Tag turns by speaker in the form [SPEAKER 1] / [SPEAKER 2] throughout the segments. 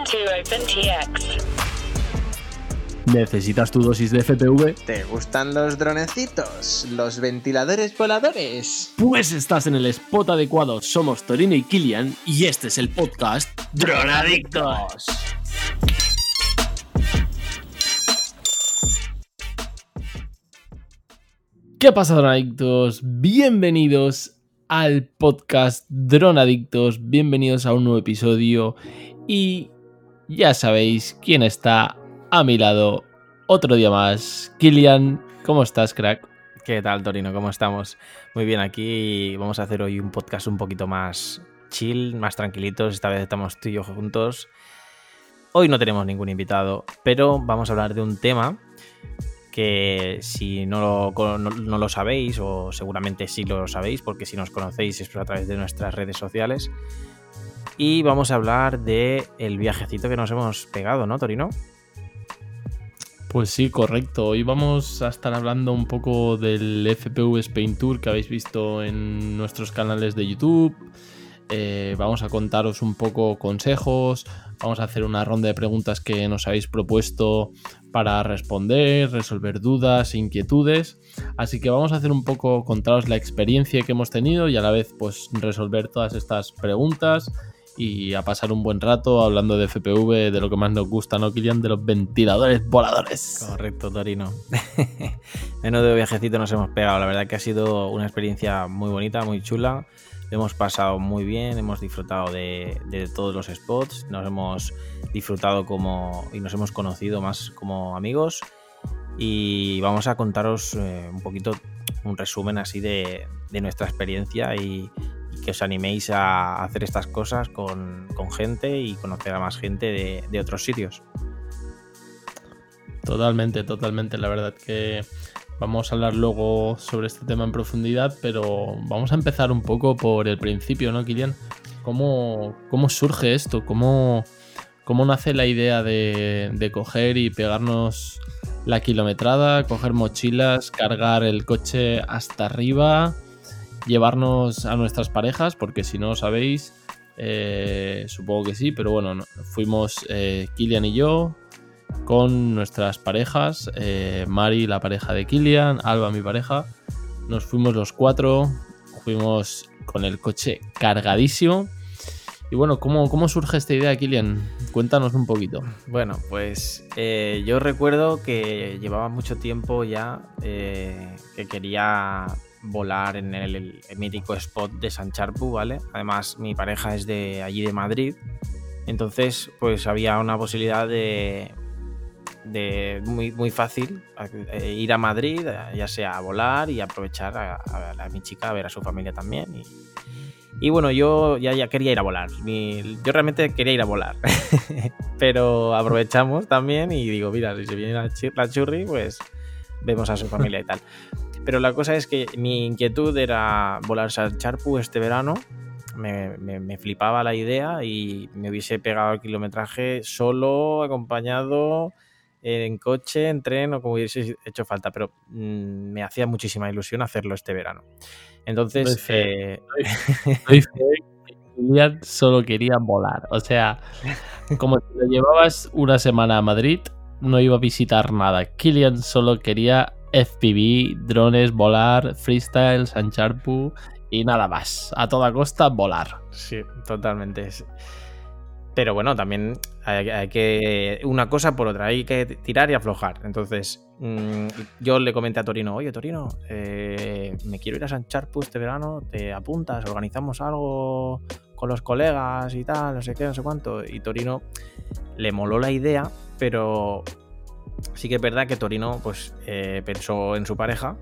[SPEAKER 1] to OpenTX.
[SPEAKER 2] ¿Necesitas tu dosis de FPV?
[SPEAKER 3] ¿Te gustan los dronecitos? ¿Los ventiladores voladores?
[SPEAKER 2] Pues estás en el spot adecuado. Somos Torino y Kilian y este es el podcast Dronadictos. ¿Qué pasa, Dronadictos? Bienvenidos al podcast Dronadictos. Bienvenidos a un nuevo episodio y ya sabéis quién está a mi lado otro día más. Kilian, ¿cómo estás, crack?
[SPEAKER 4] ¿Qué tal, Torino? ¿Cómo estamos? Muy bien, aquí vamos a hacer hoy un podcast un poquito más chill, más tranquilitos. Esta vez estamos tú y yo juntos. Hoy no tenemos ningún invitado, pero vamos a hablar de un tema que si no lo sabéis, o seguramente sí lo sabéis, porque si nos conocéis es a través de nuestras redes sociales. Y vamos a hablar de el viajecito que nos hemos pegado, ¿no, Torino?
[SPEAKER 2] Pues sí, correcto. Hoy vamos a estar hablando un poco del FPV Spain Tour que habéis visto en nuestros canales de YouTube. Vamos a contaros un poco consejos. Vamos a hacer una ronda de preguntas que nos habéis propuesto para responder, resolver dudas, inquietudes. Así que vamos a hacer un poco, contaros la experiencia que hemos tenido y a la vez pues resolver todas estas preguntas y a pasar un buen rato hablando de FPV, de lo que más nos gusta, ¿no, Kilian? De los ventiladores voladores.
[SPEAKER 4] Correcto, Torino. Menudo viajecito nos hemos pegado. La verdad que ha sido una experiencia muy bonita, muy chula. Lo hemos pasado muy bien, hemos disfrutado de todos los spots, nos hemos disfrutado y nos hemos conocido más como amigos. Y vamos a contaros un poquito un resumen así de nuestra experiencia y que os animéis a hacer estas cosas con gente y conocer a más gente de otros sitios.
[SPEAKER 2] Totalmente. La verdad que vamos a hablar luego sobre este tema en profundidad, pero vamos a empezar un poco por el principio, ¿no, Kilian? ¿Cómo surge esto? ¿Cómo nace la idea de coger y pegarnos la kilometrada, coger mochilas, cargar el coche hasta arriba, llevarnos a nuestras parejas? Porque si no sabéis, supongo que sí, pero bueno, fuimos Kilian y yo con nuestras parejas, Mari, la pareja de Kilian, Alba, mi pareja. Nos fuimos los cuatro, fuimos con el coche cargadísimo. Y bueno, ¿cómo surge esta idea, Kilian? Cuéntanos un poquito.
[SPEAKER 4] Bueno, pues yo recuerdo que llevaba mucho tiempo ya que quería volar en el mítico spot de Sant Charpu, ¿vale? Además, mi pareja es de allí de Madrid. Entonces, pues había una posibilidad de muy fácil ir a Madrid, ya sea a volar y aprovechar a mi chica a ver a su familia también. Y bueno, yo ya quería ir a volar. Yo realmente quería ir a volar. Pero aprovechamos también y digo, mira, si se viene la churri, pues vemos a su familia y tal. Pero la cosa es que mi inquietud era volar Sant Charpu este verano. Me flipaba la idea y me hubiese pegado el kilometraje solo, acompañado, en coche, en tren o como hubiese hecho falta, pero me hacía muchísima ilusión hacerlo este verano. Entonces,
[SPEAKER 2] Kilian solo quería volar. O sea, como si lo llevabas una semana a Madrid, no iba a visitar nada. Kilian solo quería FPV, drones, volar, freestyle, Sant Charpu y nada más. A toda costa, volar.
[SPEAKER 4] Sí, totalmente. Pero bueno, también hay que una cosa por otra, hay que tirar y aflojar. Entonces, yo le comenté a Torino, oye, Torino, me quiero ir a Sant Charpu este verano, ¿te apuntas? ¿Organizamos algo con los colegas y tal? No sé qué, no sé cuánto. Y Torino le moló la idea, pero sí que es verdad que Torino pues pensó en su pareja.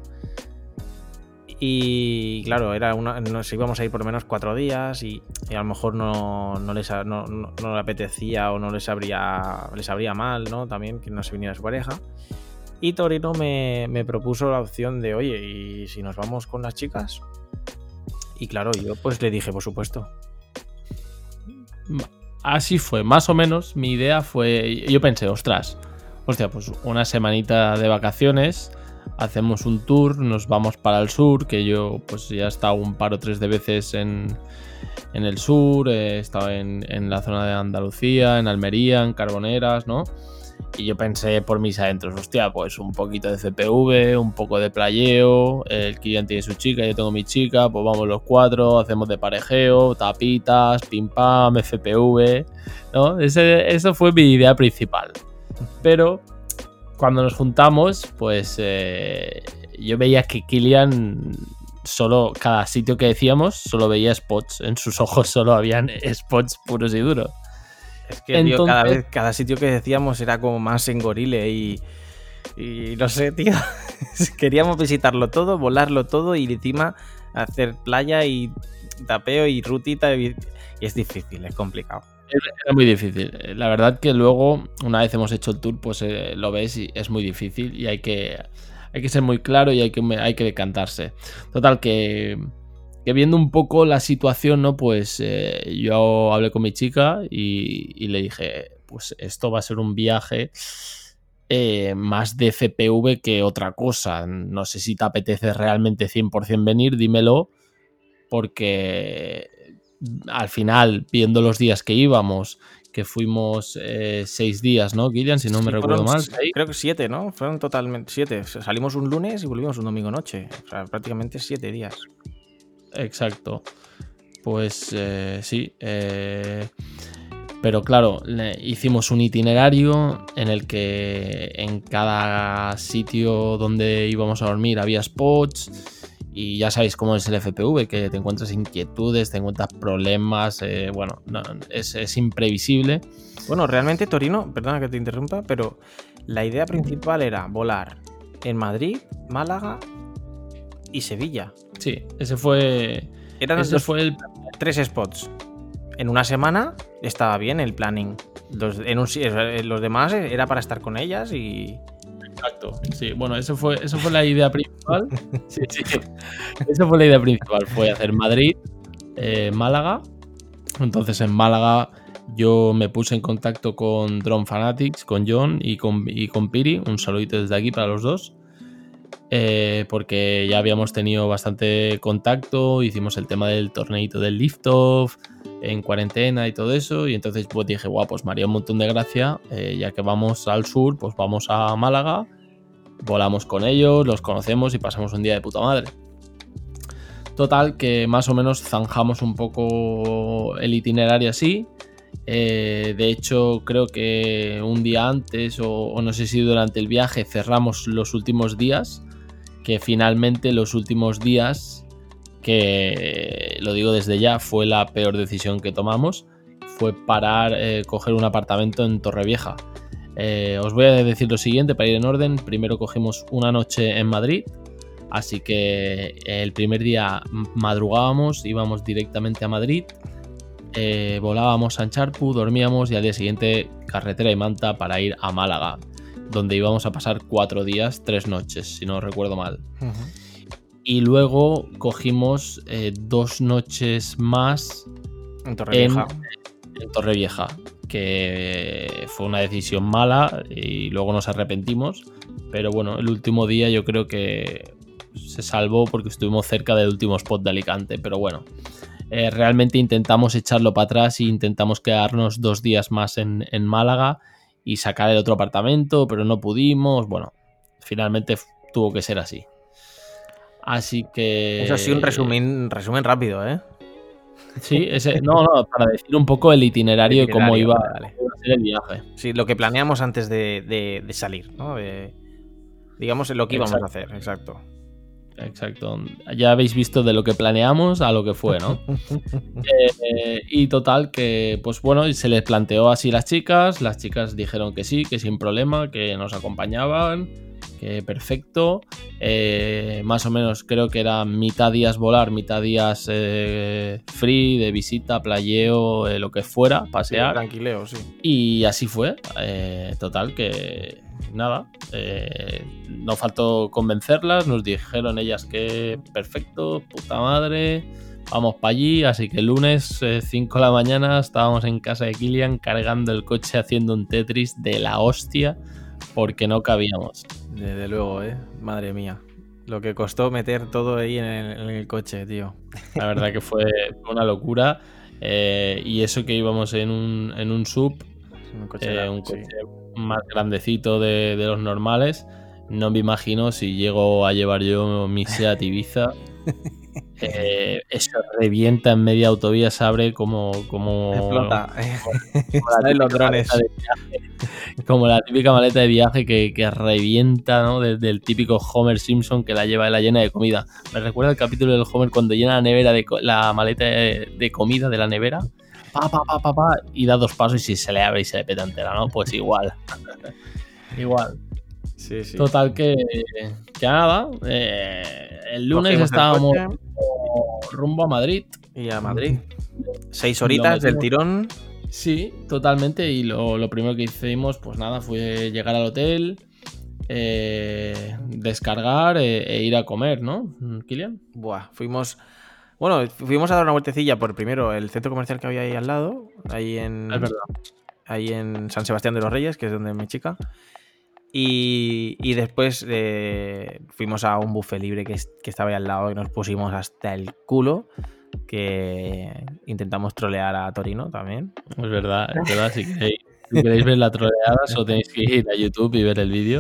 [SPEAKER 4] Y claro, nos íbamos a ir por lo menos 4 días y a lo mejor no le apetecía o no les sabría mal, ¿no? También que no se viniera su pareja. Y Torino me propuso la opción de, oye, ¿y si nos vamos con las chicas? Y claro, yo pues le dije, por supuesto.
[SPEAKER 2] Así fue, más o menos. Mi idea fue, yo pensé, hostia, pues una semanita de vacaciones, hacemos un tour, nos vamos para el sur, que yo pues ya he estado un par o tres de veces en el sur, he estado en la zona de Andalucía, en Almería, en Carboneras, ¿no? Y yo pensé por mis adentros, hostia, pues un poquito de CPV, un poco de playeo, el Kilian tiene su chica, yo tengo mi chica, pues vamos los 4, hacemos de parejeo, tapitas, pim pam, FPV, ¿no? Eso fue mi idea principal. Pero cuando nos juntamos, pues yo veía que Kilian solo, cada sitio que decíamos, solo veía spots, en sus ojos solo habían spots puros y duros.
[SPEAKER 4] Es que, tío, cada sitio que decíamos era como más en gorile y no sé, tío. Queríamos visitarlo todo, volarlo todo y encima hacer playa y tapeo y rutita. Y es difícil, es complicado.
[SPEAKER 2] Era muy difícil. La verdad que luego, una vez hemos hecho el tour, pues lo ves y es muy difícil y hay que ser muy claro y hay que decantarse. Total, que viendo un poco la situación, ¿no? Pues yo hablé con mi chica y le dije, pues esto va a ser un viaje más de FPV que otra cosa. No sé si te apetece realmente 100% venir, dímelo, porque al final, viendo los días que íbamos, que fuimos 6 días, ¿no, Kilian? Si no me recuerdo mal.
[SPEAKER 4] Creo que 7, ¿no? Fueron totalmente 7. Salimos un lunes y volvimos un domingo noche. O sea, prácticamente 7 días.
[SPEAKER 2] Exacto. Pues sí. Pero claro, hicimos un itinerario en el que en cada sitio donde íbamos a dormir había spots. Y ya sabéis cómo es el FPV, que te encuentras inquietudes, te encuentras problemas, bueno, no, es imprevisible.
[SPEAKER 4] Bueno, realmente Torino, perdona que te interrumpa, pero la idea principal era volar en Madrid, Málaga y Sevilla.
[SPEAKER 2] Sí, ese fue el
[SPEAKER 4] 3 spots. En una semana estaba bien el planning. Los demás era para estar con ellas y...
[SPEAKER 2] Exacto, sí, bueno, eso fue la idea principal. Sí. Esa fue la idea principal, fue hacer Madrid, Málaga. Entonces en Málaga yo me puse en contacto con Drone Fanatics, con John y con Piri. Un saludito desde aquí para los dos. Porque ya habíamos tenido bastante contacto, hicimos el tema del torneito del lift-off en cuarentena y todo eso, y entonces pues dije, guau, pues me haría un montón de gracia, ya que vamos al sur, pues vamos a Málaga, volamos con ellos, los conocemos y pasamos un día de puta madre. Total, que más o menos zanjamos un poco el itinerario así. De hecho, creo que un día antes o no sé si durante el viaje cerramos los últimos días, que finalmente los últimos días, que lo digo desde ya, fue la peor decisión que tomamos, fue coger un apartamento en Torrevieja. Os voy a decir lo siguiente para ir en orden. Primero cogimos una noche en Madrid, así que el primer día madrugábamos, íbamos directamente a Madrid, volábamos a Sancharpú, dormíamos y al día siguiente carretera y manta para ir a Málaga, donde íbamos a pasar 4 días, 3 noches, si no recuerdo mal. Uh-huh. Y luego cogimos 2 noches más
[SPEAKER 4] en Torrevieja.
[SPEAKER 2] En Torrevieja, que fue una decisión mala y luego nos arrepentimos. Pero bueno, el último día yo creo que se salvó porque estuvimos cerca del último spot de Alicante. Pero bueno, realmente intentamos echarlo para atrás e intentamos quedarnos 2 días más en Málaga y sacar el otro apartamento, pero no pudimos. Bueno, finalmente tuvo que ser así. Así que...
[SPEAKER 4] Eso ha sido un resumen rápido, ¿eh?
[SPEAKER 2] Sí, para decir un poco el itinerario y cómo iba a ser el viaje.
[SPEAKER 4] Sí, lo que planeamos antes de salir, ¿no? Digamos lo que íbamos a hacer, exacto.
[SPEAKER 2] Exacto. Ya habéis visto de lo que planeamos a lo que fue, ¿no? Y total que, pues bueno, se les planteó así las chicas dijeron que sí, que sin problema, que nos acompañaban, que perfecto. Más o menos creo que era mitad días volar, mitad días free, de visita, playeo, lo que fuera, pasear.
[SPEAKER 4] Sí, tranquileo, sí.
[SPEAKER 2] Y así fue. Total que... nada, no faltó convencerlas, nos dijeron ellas que perfecto, puta madre, vamos para allí, así que el lunes 5 de la mañana estábamos en casa de Kilian cargando el coche haciendo un Tetris de la hostia, porque no cabíamos.
[SPEAKER 4] Desde luego, madre mía. Lo que costó meter todo ahí en el coche, tío.
[SPEAKER 2] La verdad que fue una locura. Y eso que íbamos en un sub,
[SPEAKER 4] Un coche,
[SPEAKER 2] un coche más grandecito de los normales. No me imagino si llego a llevar yo mi Seat Ibiza. Eso revienta en media autovía, se abre como
[SPEAKER 4] explota.
[SPEAKER 2] Salen los drones. Como la típica maleta de viaje que revienta, ¿no? Desde el típico Homer Simpson que la llena de comida. Me recuerda el capítulo del Homer cuando llena la nevera la maleta de comida de la nevera, y da 2 pasos y se le abre y se le peta entera, ¿no? Pues igual. Igual.
[SPEAKER 4] Sí.
[SPEAKER 2] Total que nada. El lunes estábamos rumbo a Madrid.
[SPEAKER 4] Y a Madrid. 6 horitas del tirón.
[SPEAKER 2] Sí, totalmente. Y lo primero que hicimos, pues nada, fue llegar al hotel, descargar e ir a comer, ¿no, Kilian?
[SPEAKER 4] Fuimos a dar una vueltecilla por primero el centro comercial que había ahí al lado, ahí en San Sebastián de los Reyes, que es donde es mi chica. Y después fuimos a un buffet libre que estaba ahí al lado, que nos pusimos hasta el culo, que intentamos trolear a Torino también.
[SPEAKER 2] Es verdad. Si queréis ver la troleada, solo tenéis que ir a YouTube y ver el vídeo.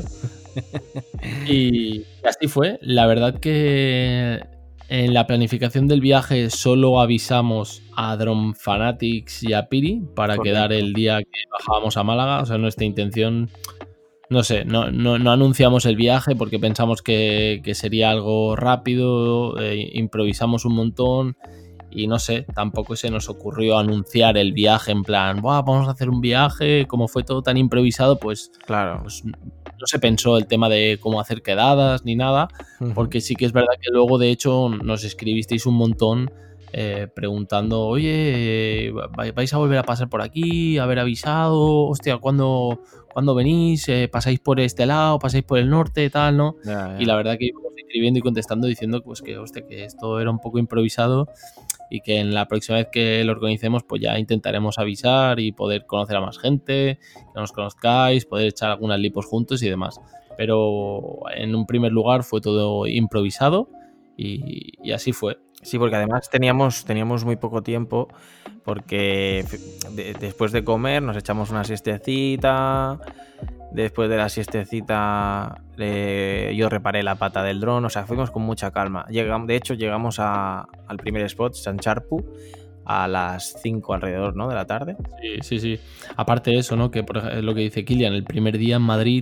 [SPEAKER 2] Y así fue. La verdad que en la planificación del viaje solo avisamos a Drone Fanatics y a Piri para quedar el día que bajábamos a Málaga. O sea, nuestra intención... No sé, no anunciamos el viaje porque pensamos que sería algo rápido, improvisamos un montón y no sé, tampoco se nos ocurrió anunciar el viaje en plan, vamos a hacer un viaje, como fue todo tan improvisado, pues claro, pues no se pensó el tema de cómo hacer quedadas ni nada, porque sí que es verdad que luego de hecho nos escribisteis un montón preguntando, oye, ¿vais a volver a pasar por aquí? ¿Haber avisado? Hostia, ¿cuándo venís? ¿Pasáis por este lado? ¿Pasáis por el norte? Tal, ¿no? Ya. Y la verdad que íbamos escribiendo y contestando diciendo pues que, hostia, que esto era un poco improvisado y que en la próxima vez que lo organicemos pues ya intentaremos avisar y poder conocer a más gente, que nos conozcáis, poder echar algunas lipos juntos y demás. Pero en un primer lugar fue todo improvisado y así fue.
[SPEAKER 4] Sí, porque además teníamos muy poco tiempo porque después de comer nos echamos una siestecita, después de la siestecita yo reparé la pata del dron, o sea, fuimos con mucha calma. De hecho, llegamos al primer spot, Sancharpu, a las 5 alrededor, ¿no?, de la tarde.
[SPEAKER 2] Sí. Aparte de eso, ¿no?, que por ejemplo, lo que dice Kilian, el primer día en Madrid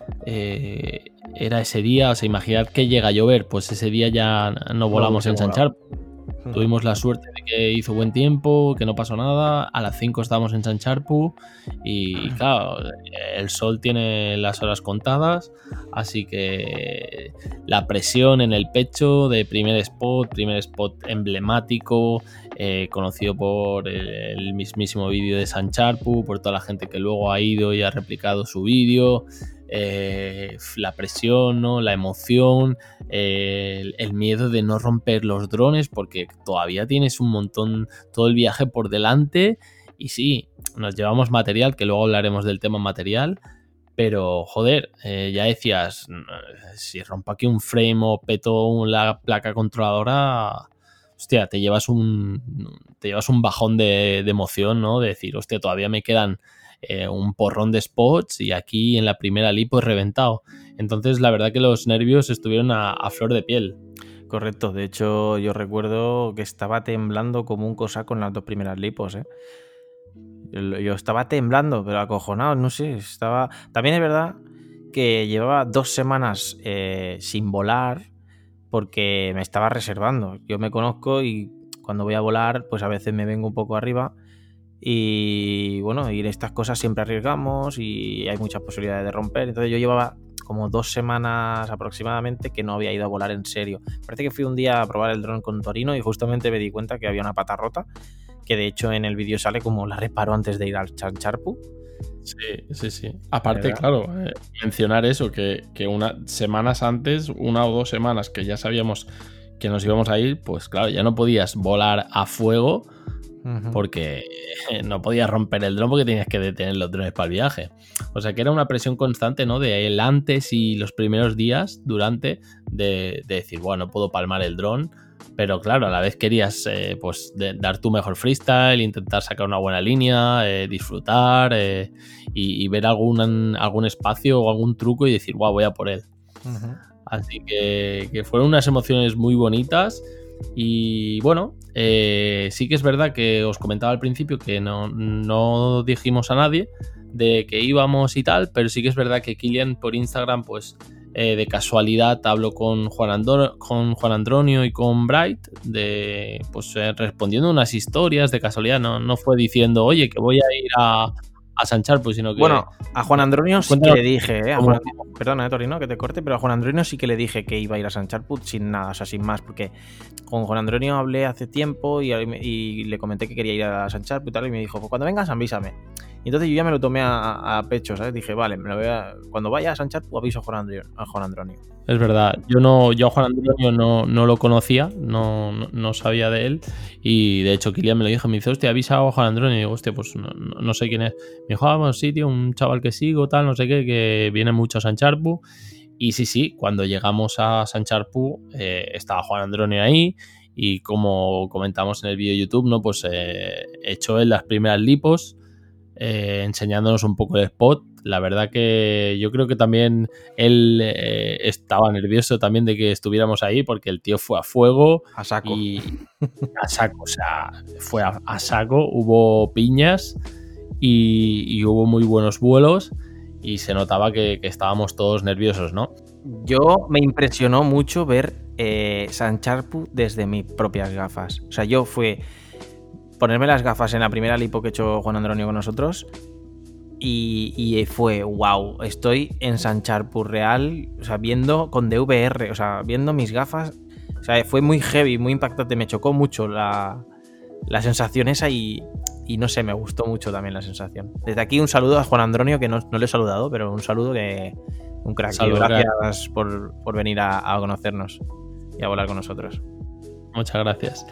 [SPEAKER 2] era ese día, o sea, imaginar que llega a llover, pues ese día ya no volamos en Sancharpu. Tuvimos la suerte de que hizo buen tiempo, que no pasó nada. A las 5 estábamos en Sancharpu y claro, el sol tiene las horas contadas, así que la presión en el pecho de primer spot emblemático, conocido por el mismísimo vídeo de Sancharpu, por toda la gente que luego ha ido y ha replicado su vídeo. La presión, ¿no?, la emoción, el miedo de no romper los drones porque todavía tienes un montón, todo el viaje por delante. Y sí, nos llevamos material, que luego hablaremos del tema material, pero joder, ya decías, si rompo aquí un frame o peto la placa controladora, hostia, te llevas un bajón de emoción, ¿no? De decir, hostia, todavía me quedan un porrón de spots y aquí en la primera lipo he reventado. Entonces la verdad que los nervios estuvieron a flor de piel.
[SPEAKER 4] Correcto, de hecho yo recuerdo que estaba temblando como un cosaco en las 2 primeras lipos, Yo estaba temblando, pero acojonado, no sé, También es verdad que llevaba 2 semanas sin volar porque me estaba reservando. Yo me conozco y cuando voy a volar pues a veces me vengo un poco arriba. Y bueno, y en estas cosas siempre arriesgamos y hay muchas posibilidades de romper. Entonces yo llevaba como 2 semanas aproximadamente que no había ido a volar en serio. Parece que fui un día a probar el dron con Torino y justamente me di cuenta que había una pata rota, que de hecho en el vídeo sale como la reparo antes de ir al Sancharpu.
[SPEAKER 2] Sí. Aparte, claro, mencionar eso, que semanas antes, 1 o 2 semanas que ya sabíamos que nos íbamos a ir, pues claro, ya no podías volar a fuego porque no podías romper el dron porque tenías que detener los drones para el viaje. O sea que era una presión constante, ¿no? De el antes y los primeros días, durante, de decir, bueno, no puedo palmar el dron, pero claro, a la vez querías pues dar tu mejor freestyle, intentar sacar una buena línea, disfrutar y ver algún espacio o algún truco y decir, guau, voy a por él. Así que fueron unas emociones muy bonitas. Y bueno, sí que es verdad que os comentaba al principio que no dijimos a nadie de que íbamos y tal, pero sí que es verdad que Kilian por Instagram, pues de casualidad habló con Juan Andronio y con Bright, respondiendo unas historias de casualidad, no fue diciendo, oye, que voy a ir a Sancharput, sino que...
[SPEAKER 4] Bueno, a Juan Andronio sí que le dije, perdona, Torino, que te corte, pero a Juan Andronio sí que le dije que iba a ir a Sancharput sin nada, o sea, sin más, porque con Juan Andronio hablé hace tiempo y le comenté que quería ir a Sancharput y tal, y me dijo, pues cuando vengas avísame. Y entonces yo ya me lo tomé a pecho, ¿sabes? Dije, vale, cuando vaya a Sancharput aviso a Juan Andronio.
[SPEAKER 2] Es verdad, yo a Juan Andronio no lo conocía, no sabía de él, y de hecho Kilian me lo dijo, me dice, hostia, avisa a Juan Andronio, y digo, hostia, pues no sé quién es. Me dijo, vamos, sí, tío, un chaval que sigo, tal, no sé qué, que viene mucho a Sancharput. Y sí, cuando llegamos a Sancharput estaba Juan Andronio ahí, y como comentamos en el vídeo de YouTube, ¿no? Pues echó él las primeras lipos, enseñándonos un poco el spot. La verdad que yo creo que también él estaba nervioso también de que estuviéramos ahí, porque el tío fue a fuego.
[SPEAKER 4] A saco.
[SPEAKER 2] Y a saco, o sea, fue a saco, hubo piñas y hubo muy buenos vuelos y se notaba que estábamos todos nerviosos, ¿no?
[SPEAKER 4] Yo me impresionó mucho ver Sancharput desde mis propias gafas. O sea, yo fue ponerme las gafas en la primera lipo que he hecho Juan Andronio con nosotros y fue, wow, estoy en Sancharput real, o sea, viendo con DVR, o sea, viendo mis gafas, o sea, fue muy heavy, muy impactante, me chocó mucho la sensación esa y no sé, me gustó mucho también la sensación. Desde aquí un saludo a Juan Andronio, que no le he saludado, pero un saludo que un crack.
[SPEAKER 2] Salud,
[SPEAKER 4] gracias por venir a conocernos y a volar con nosotros.
[SPEAKER 2] Muchas gracias.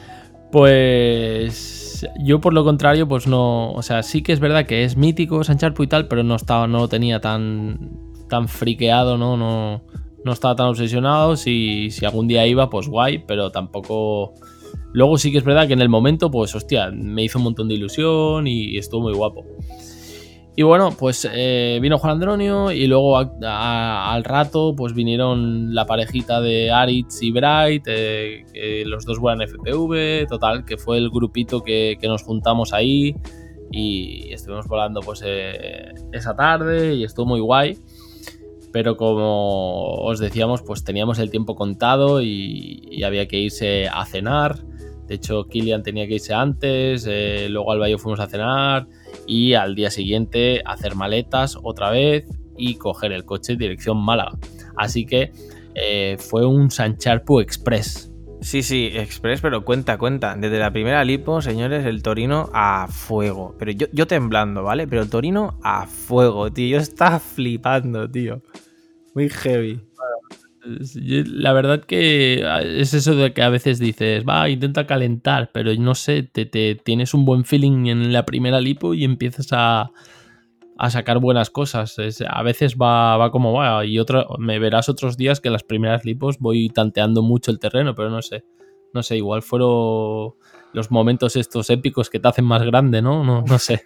[SPEAKER 2] Pues yo por lo contrario, pues no, o sea, sí que es verdad que es mítico Sancharput y tal, pero no lo tenía tan friqueado, no estaba tan obsesionado. Si algún día iba, pues guay, pero tampoco. Luego sí que es verdad que en el momento, pues hostia, me hizo un montón de ilusión y estuvo muy guapo. Y bueno, pues vino Juan Andronio y luego al rato pues vinieron la parejita de Aritz y Bright, que los dos vuelan FPV, total, que fue el grupito que nos juntamos ahí y estuvimos volando pues esa tarde y estuvo muy guay. Pero como os decíamos, pues teníamos el tiempo contado y había que irse a cenar. De hecho, Kilian tenía que irse antes, luego al Bayo fuimos a cenar y al día siguiente hacer maletas otra vez y coger el coche dirección Málaga. Así que fue un Sancharput Express.
[SPEAKER 4] Sí, Express, pero cuenta. Desde la primera lipo, señores, el Torino a fuego. Pero yo temblando, ¿vale? Pero el Torino a fuego, tío. Yo estaba flipando, tío. Muy heavy.
[SPEAKER 2] La verdad que es eso de que a veces dices, intenta calentar, pero no sé, te tienes un buen feeling en la primera lipo y empiezas a sacar buenas cosas. A veces va como va y me verás otros días que en las primeras lipos voy tanteando mucho el terreno, pero no sé, igual fueron los momentos estos épicos que te hacen más grande, no sé.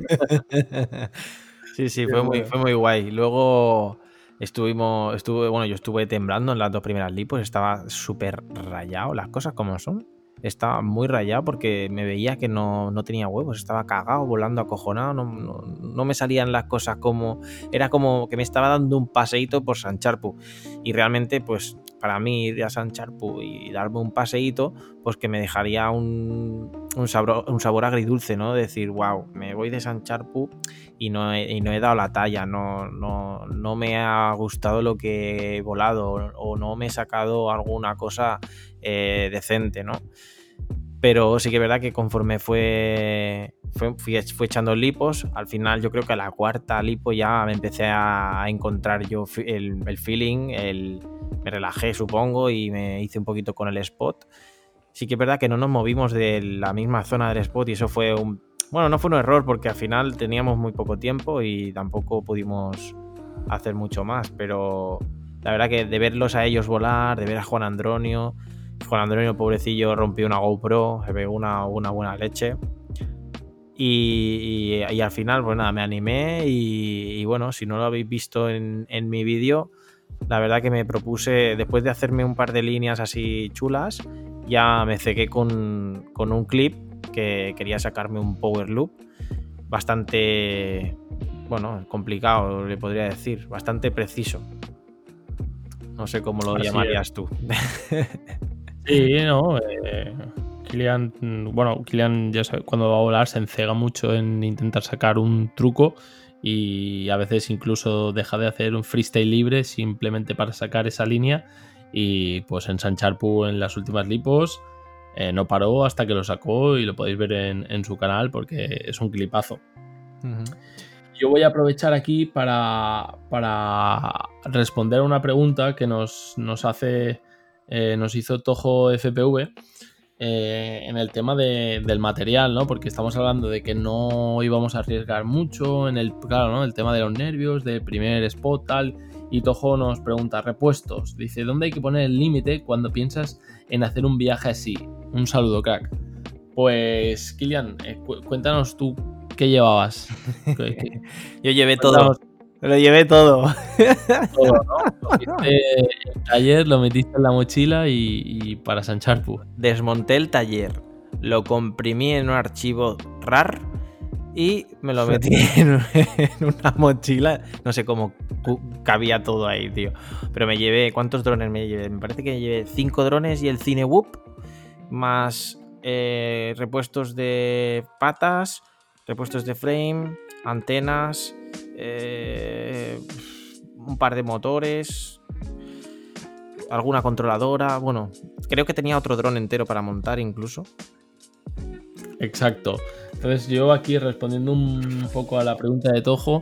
[SPEAKER 4] Sí, fue muy guay. Luego yo estuve temblando en las dos primeras lipos, estaba súper rayado, las cosas como son. Estaba muy rayado porque me veía que no tenía huevos, estaba cagado, volando acojonado, no me salían las cosas como... Era como que me estaba dando un paseíto por Sancharput y realmente pues para mí ir a Sancharput y darme un paseíto pues que me dejaría un sabor agridulce, ¿no? Decir, wow, me voy de Sancharput y no he dado la talla, no me ha gustado lo que he volado o no me he sacado alguna cosa decente, ¿no? Pero sí que es verdad que conforme fui echando lipos, al final yo creo que a la cuarta lipo ya me empecé a encontrar yo el feeling, me relajé supongo y me hice un poquito con el spot Sí que es verdad que no nos movimos de la misma zona del spot y eso fue bueno, no fue un error porque al final teníamos muy poco tiempo y tampoco pudimos hacer mucho más, pero la verdad que de verlos a ellos volar, de ver a Juan Andronio, pobrecillo, rompió una GoPro, se pegó una buena leche. Y al final, pues nada, me animé y bueno, si no lo habéis visto en mi vídeo, la verdad que me propuse, después de hacerme un par de líneas así chulas, ya me cegué con un clip que quería sacarme un power loop bastante, bueno, complicado, le podría decir, bastante preciso. No sé cómo lo
[SPEAKER 2] Así
[SPEAKER 4] llamarías tú.
[SPEAKER 2] Sí, no. Kilian, ya sabe, cuando va a volar se encega mucho en intentar sacar un truco y a veces incluso deja de hacer un freestyle libre simplemente para sacar esa línea. Y pues en Sancharpuu, en las últimas lipos, no paró hasta que lo sacó y lo podéis ver en su canal porque es un clipazo. Uh-huh. Yo voy a aprovechar aquí para responder a una pregunta que nos hizo Tojo FPV en el tema del material, ¿no? Porque estamos hablando de que no íbamos a arriesgar mucho en el tema de los nervios, del primer spot, tal. Y Tojo nos pregunta, repuestos. Dice, ¿dónde hay que poner el límite cuando piensas en hacer un viaje así? Un saludo, crack. Pues, Kilian, cuéntanos tú qué llevabas.
[SPEAKER 4] Yo llevé todo. Lo llevé todo.
[SPEAKER 2] Todo, ¿no? Lo metiste en el taller, lo metiste en la mochila y para Sancharpuu.
[SPEAKER 4] Desmonté el taller, lo comprimí en un archivo RAR y me lo metí en una mochila. No sé cómo cabía todo ahí, tío. Pero me llevé... ¿Cuántos drones me llevé? Me parece que me llevé 5 drones y el Cinewhoop, más repuestos de patas, repuestos de frame, antenas, un par de motores, alguna controladora. Bueno, creo que tenía otro dron entero para montar incluso.
[SPEAKER 2] Exacto. Entonces yo aquí respondiendo un poco a la pregunta de Tojo,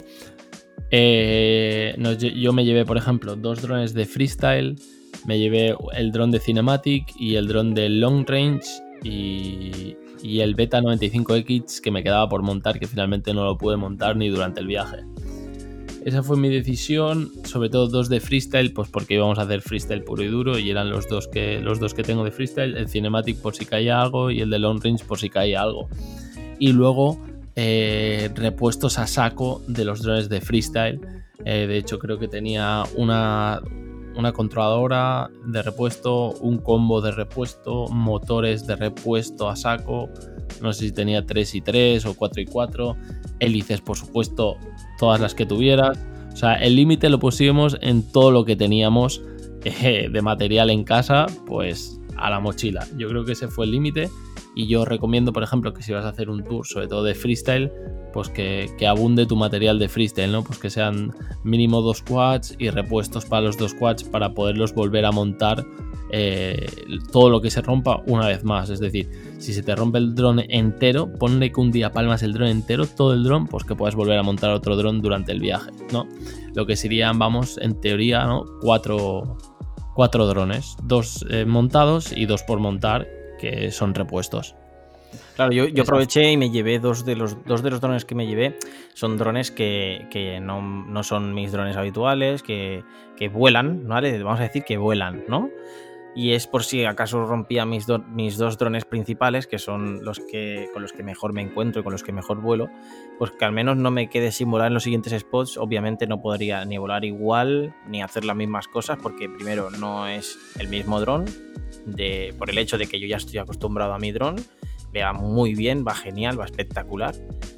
[SPEAKER 2] yo me llevé, por ejemplo, 2 drones de freestyle, me llevé el dron de cinematic y el dron de long range y el Beta 95X que me quedaba por montar, que finalmente no lo pude montar ni durante el viaje. Esa fue mi decisión, sobre todo 2 de freestyle, pues porque íbamos a hacer freestyle puro y duro y eran los dos que tengo de freestyle, el cinematic por si caía algo y el de long range por si caía algo. Y luego repuestos a saco de los drones de freestyle. De hecho creo que tenía una controladora de repuesto, un combo de repuesto, motores de repuesto a saco, no sé si tenía 3 y 3 o 4 y 4, hélices por supuesto, todas las que tuvieras. O sea, el límite lo pusimos en todo lo que teníamos de material en casa, pues a la mochila. Yo creo que ese fue el límite y yo recomiendo, por ejemplo, que si vas a hacer un tour, sobre todo de freestyle, pues que abunde tu material de freestyle, ¿no? Pues que sean mínimo 2 quads y repuestos para los 2 quads para poderlos volver a montar todo lo que se rompa una vez más. Es decir, si se te rompe el dron entero, ponle que un día palmas el dron entero, todo el dron, pues que puedas volver a montar otro dron durante el viaje, ¿no? Lo que serían, vamos, en teoría, ¿no? 4 drones, 2 montados y 2 por montar, que son repuestos.
[SPEAKER 4] Claro, yo aproveché y me llevé dos de los drones que me llevé. Son drones que no son mis drones habituales, que vuelan, ¿vale? Vamos a decir que vuelan, ¿no? Y es por si acaso rompía mis 2 drones principales, que son con los que mejor me encuentro y con los que mejor vuelo, pues que al menos no me quede sin volar en los siguientes spots. Obviamente no podría ni volar igual ni hacer las mismas cosas porque primero no es el mismo dron, por el hecho de que yo ya estoy acostumbrado a mi dron. Va muy bien, va genial, va espectacular.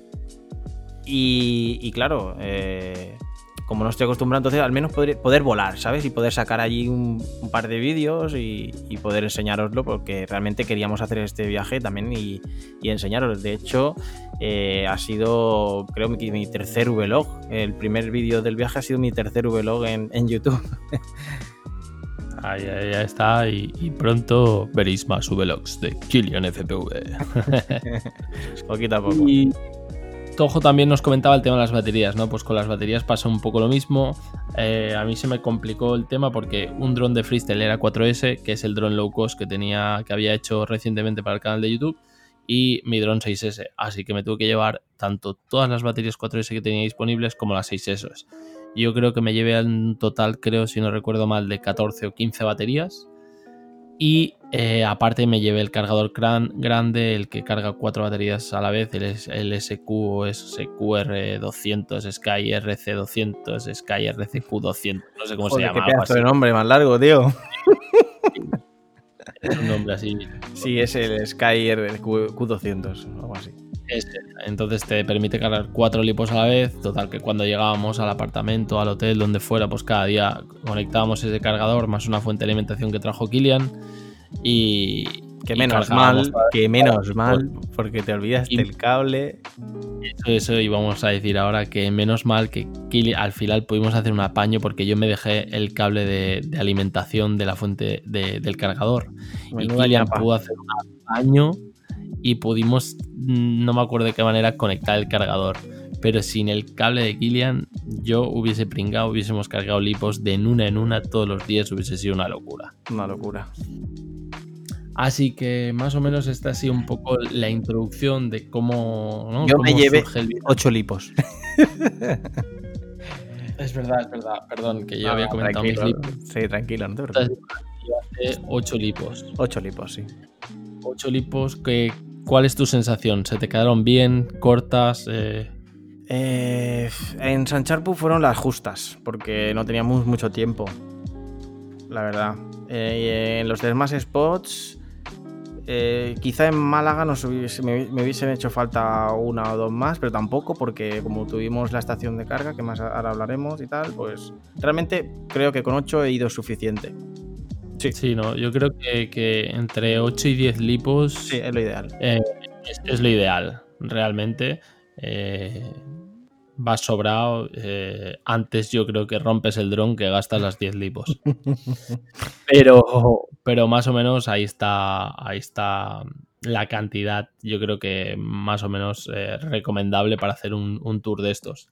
[SPEAKER 4] Y claro, como no estoy acostumbrado, entonces al menos poder volar, ¿sabes? Y poder sacar allí un par de vídeos y poder enseñároslo, porque realmente queríamos hacer este viaje también y enseñaros. De hecho, ha sido, creo, mi tercer vlog. El primer vídeo del viaje ha sido mi tercer vlog en YouTube.
[SPEAKER 2] Ahí ya está, y pronto veréis más vlogs de Kilian FPV.
[SPEAKER 4] Poquito a poco.
[SPEAKER 2] Tojo también nos comentaba el tema de las baterías, ¿no? Pues con las baterías pasa un poco lo mismo. A mí se me complicó el tema porque un dron de freestyle era 4S, que es el dron low cost que había hecho recientemente para el canal de YouTube, y mi dron 6S. Así que me tuve que llevar tanto todas las baterías 4S que tenía disponibles como las 6S. Yo creo que me llevé en total, si no recuerdo mal, de 14 o 15 baterías. Y aparte me llevé el cargador grande, el que carga 4 baterías a la vez, el SQ o SQR200, Sky RC200, Sky RCQ200, no sé cómo se llama.
[SPEAKER 4] Qué pedazo de nombre más largo, tío.
[SPEAKER 2] Es un nombre así.
[SPEAKER 4] Sí, es el Sky RCQ200 o algo así.
[SPEAKER 2] Entonces te permite cargar 4 lipos a la vez. Total, que cuando llegábamos al apartamento, al hotel, donde fuera, pues cada día conectábamos ese cargador más una fuente de alimentación que trajo Kilian. Y
[SPEAKER 4] menos mal, porque te olvidaste el cable.
[SPEAKER 2] Eso íbamos a decir ahora, que menos mal que al final pudimos hacer un apaño, porque yo me dejé el cable de alimentación de la fuente del cargador. Menuda y Kilian pudo hacer un apaño y pudimos, no me acuerdo de qué manera, conectar el cargador. Pero sin el cable de Kilian yo hubiese pringado, hubiésemos cargado lipos de en una todos los días, hubiese sido una locura.
[SPEAKER 4] Una locura.
[SPEAKER 2] Así que más o menos esta ha sido un poco la introducción de cómo, ¿no?
[SPEAKER 4] Yo
[SPEAKER 2] cómo
[SPEAKER 4] me llevé 8 lipos.
[SPEAKER 2] Es verdad. Perdón, que yo había comentado mis lipos.
[SPEAKER 4] Sí, tranquilo, no te preocupes.
[SPEAKER 2] 8 lipos.
[SPEAKER 4] 8 lipos, sí.
[SPEAKER 2] 8 lipos, ¿cuál es tu sensación? ¿Se te quedaron bien? ¿Cortas?
[SPEAKER 4] En Sancharpú fueron las justas, porque no teníamos mucho tiempo, la verdad. En los demás spots, quizá en Málaga me hubiesen hecho falta 1 o 2 más, pero tampoco, porque como tuvimos la estación de carga, que más ahora hablaremos y tal, pues realmente creo que con 8 he ido suficiente.
[SPEAKER 2] Sí, no, yo creo que entre 8 y 10 lipos
[SPEAKER 4] sí, es lo ideal.
[SPEAKER 2] Es lo ideal, realmente. Vas sobrado. Antes yo creo que rompes el dron que gastas las 10 lipos. pero más o menos ahí está la cantidad, yo creo que más o menos recomendable para hacer un tour de estos.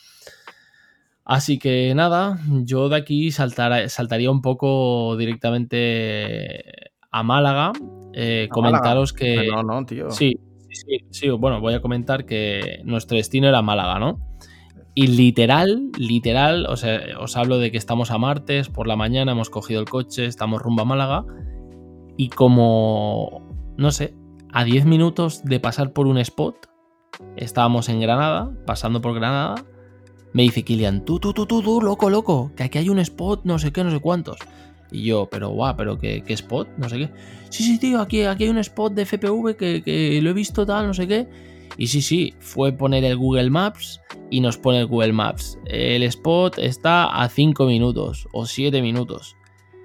[SPEAKER 2] Así que nada, yo de aquí saltaría un poco directamente a Málaga. Comentaros que...
[SPEAKER 4] No, tío.
[SPEAKER 2] Sí, bueno, voy a comentar que nuestro destino era Málaga, ¿no? Y literal, o sea, os hablo de que estamos a martes, por la mañana hemos cogido el coche, estamos rumbo a Málaga, y como, no sé, a 10 minutos de pasar por un spot, estábamos en Granada, pasando por Granada, me dice Kilian, tú, loco, que aquí hay un spot, no sé qué, no sé cuántos. Y yo, pero ¿qué spot? No sé qué. Sí, tío, aquí hay un spot de FPV que lo he visto tal, no sé qué. Y sí, fue poner el Google Maps y nos pone el Google Maps. El spot está a 5 minutos o 7 minutos.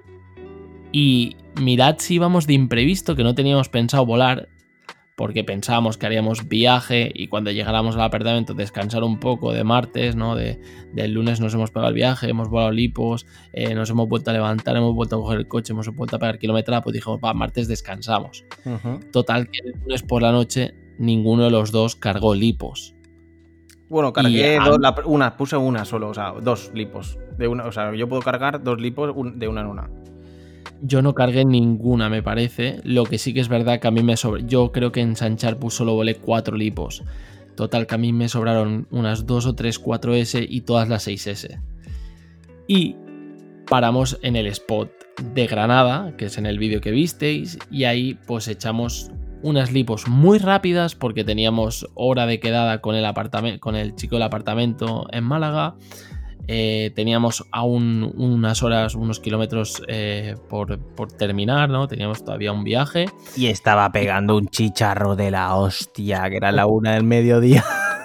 [SPEAKER 2] Y mirad si íbamos de imprevisto, que no teníamos pensado volar, porque pensábamos que haríamos viaje y cuando llegáramos al apartamento descansar un poco de martes, ¿no? Del lunes nos hemos pegado el viaje, hemos volado lipos, nos hemos vuelto a levantar, hemos vuelto a coger el coche, hemos vuelto a pegar kilometrada, pues dijimos, martes descansamos. Uh-huh. Total, que el lunes por la noche ninguno de los dos cargó lipos.
[SPEAKER 4] Bueno, cargué puse una solo, o sea, 2 lipos. O sea, yo puedo cargar 2 lipos de una en una.
[SPEAKER 2] Yo no cargué ninguna, me parece. Lo que sí que es verdad que a mí me sobra. Yo creo que en Sancharpú solo volé 4 lipos. Total, que a mí me sobraron unas 2 o 3 4S y todas las 6S. Y paramos en el spot de Granada, que es en el vídeo que visteis, y ahí pues echamos unas lipos muy rápidas porque teníamos hora de quedada con el chico del apartamento en Málaga. Teníamos aún unas horas, unos kilómetros por terminar, ¿no? Teníamos todavía un viaje.
[SPEAKER 4] Y estaba pegando un chicharro de la hostia, que era la 1 del mediodía.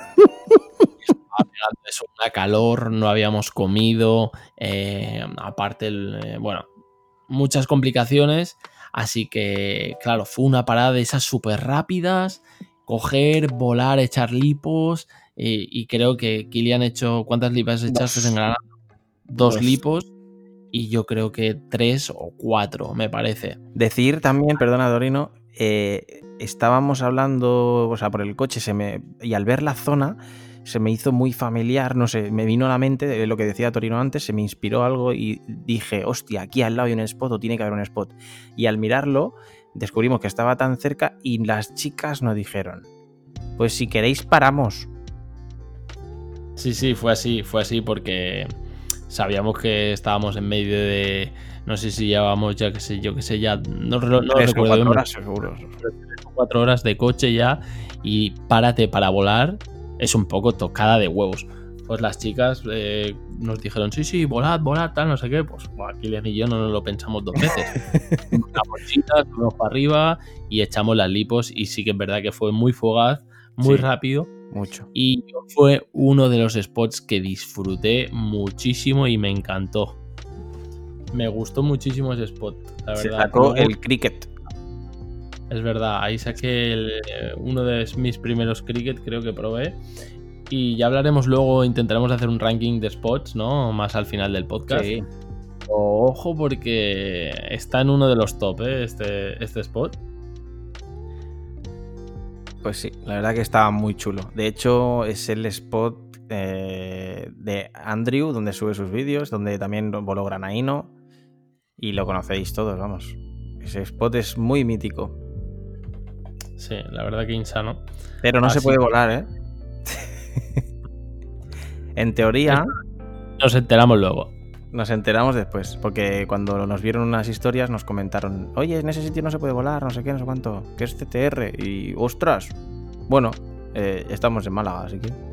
[SPEAKER 2] Estaba pegando eso, una calor, no habíamos comido. Aparte, bueno, muchas complicaciones. Así que, claro, fue una parada de esas súper rápidas. Coger, volar, echar lipos. Y creo que Kilian ha hecho... ¿Cuántas lipas echaste en Granada? 2 lipos. Y yo creo que 3 o 4, me parece.
[SPEAKER 4] Decir también, perdona Dorino, estábamos hablando, o sea, por el coche y al ver la zona se me hizo muy familiar, no sé, me vino a la mente lo que decía Torino antes, se me inspiró algo y dije, hostia, aquí al lado hay un spot o tiene que haber un spot. Y al mirarlo descubrimos que estaba tan cerca y las chicas nos dijeron, pues si queréis paramos.
[SPEAKER 2] Sí, fue así porque sabíamos que estábamos en medio de, no sé si llevábamos ya, ya, no recuerdo
[SPEAKER 4] 4 horas seguro.
[SPEAKER 2] 4 horas de coche ya, y párate para volar es un poco tocada de huevos. Pues las chicas nos dijeron, sí, volad, tal, no sé qué. Pues bueno, Kilian y yo no nos lo pensamos 2 veces. Una bolsita, subimos para arriba y echamos las lipos, y sí que es verdad que fue muy fugaz, muy rápido.
[SPEAKER 4] Mucho.
[SPEAKER 2] Y fue uno de los spots que disfruté muchísimo y me encantó. Me gustó muchísimo ese spot, la verdad.
[SPEAKER 4] Se sacó el cricket.
[SPEAKER 2] Es verdad, ahí saqué uno de mis primeros cricket, creo que probé. Y ya hablaremos luego, intentaremos hacer un ranking de spots, ¿no? Más al final del podcast.
[SPEAKER 4] Sí.
[SPEAKER 2] Ojo, porque está en uno de los top, este spot.
[SPEAKER 4] Pues sí, la verdad que estaba muy chulo. De hecho, es el spot de Andrew, donde sube sus vídeos, donde también voló Granaíno. Y lo conocéis todos, vamos. Ese spot es muy mítico.
[SPEAKER 2] Sí, la verdad que insano.
[SPEAKER 4] Pero no se puede volar, ¿eh? En teoría...
[SPEAKER 2] Nos enteramos luego.
[SPEAKER 4] Nos enteramos después, porque cuando nos vieron unas historias nos comentaron, oye, en ese sitio no se puede volar, no sé qué, no sé cuánto, que es CTR, y ostras, bueno, estamos en Málaga, así que...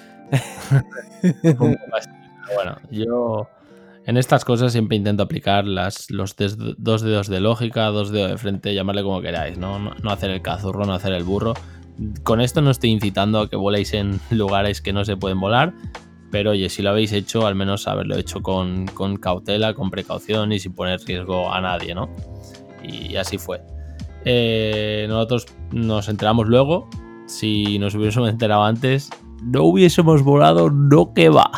[SPEAKER 2] Bueno, yo en estas cosas siempre intento aplicar los 2 dedos de lógica, 2 dedos de frente, llamarle como queráis, no hacer el cazurro, no hacer el burro. Con esto no estoy incitando a que voléis en lugares que no se pueden volar, pero oye, si lo habéis hecho, al menos haberlo hecho con cautela, con precaución y sin poner riesgo a nadie, ¿no? Y así fue. Nosotros nos enteramos luego. Si nos hubiésemos enterado antes, no hubiésemos volado, no que va.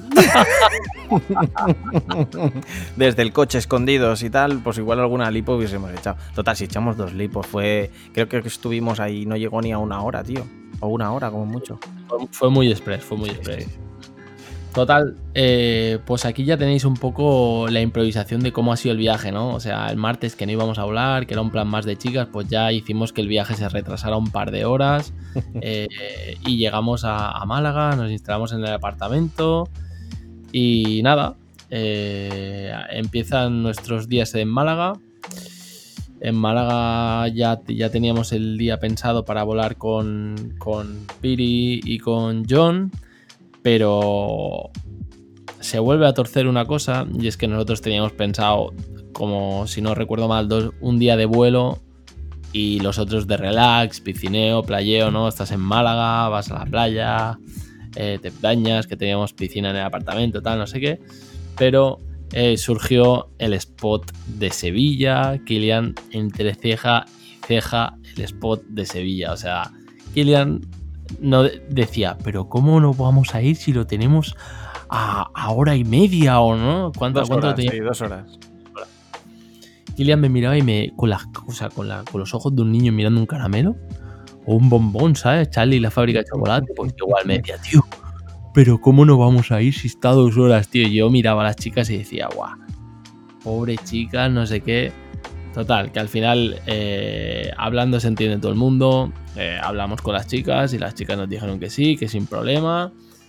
[SPEAKER 4] Desde el coche escondidos y tal, pues igual alguna lipo hubiésemos echado. Total, si echamos 2 lipos, creo que estuvimos ahí, no llegó ni a 1 hora, tío. O 1 hora, como mucho.
[SPEAKER 2] Fue muy express, Sí. Total, pues aquí ya tenéis un poco la improvisación de cómo ha sido el viaje, ¿no? O sea, el martes que no íbamos a volar, que era un plan más de chicas, pues ya hicimos que el viaje se retrasara un par de horas y llegamos a Málaga, nos instalamos en el apartamento y nada, empiezan nuestros días en Málaga. En Málaga ya teníamos el día pensado para volar con Piri y con John, pero se vuelve a torcer una cosa, y es que nosotros teníamos pensado, como si no recuerdo mal, un día de vuelo y los otros de relax, piscineo, playeo, ¿no? Estás en Málaga, vas a la playa, te bañas, que teníamos piscina en el apartamento, tal, no sé qué, pero surgió el spot de Sevilla. Kilian entre ceja y ceja el spot de Sevilla, o sea, Kilian no decía, pero ¿cómo no vamos a ir si lo tenemos a hora y media o no? ¿Cuánto lo teníamos?
[SPEAKER 4] Sí, 2 horas.
[SPEAKER 2] Kilian me miraba y con los ojos de un niño mirando un caramelo o un bombón, ¿sabes? Charlie y la fábrica de chocolate, pues igual me decía, tío, pero ¿cómo no vamos a ir si está 2 horas, tío? Y yo miraba a las chicas y decía, guau, pobre chicas, no sé qué. Total, que al final hablando se entiende todo el mundo. Hablamos con las chicas y las chicas nos dijeron que sí, que sin problema.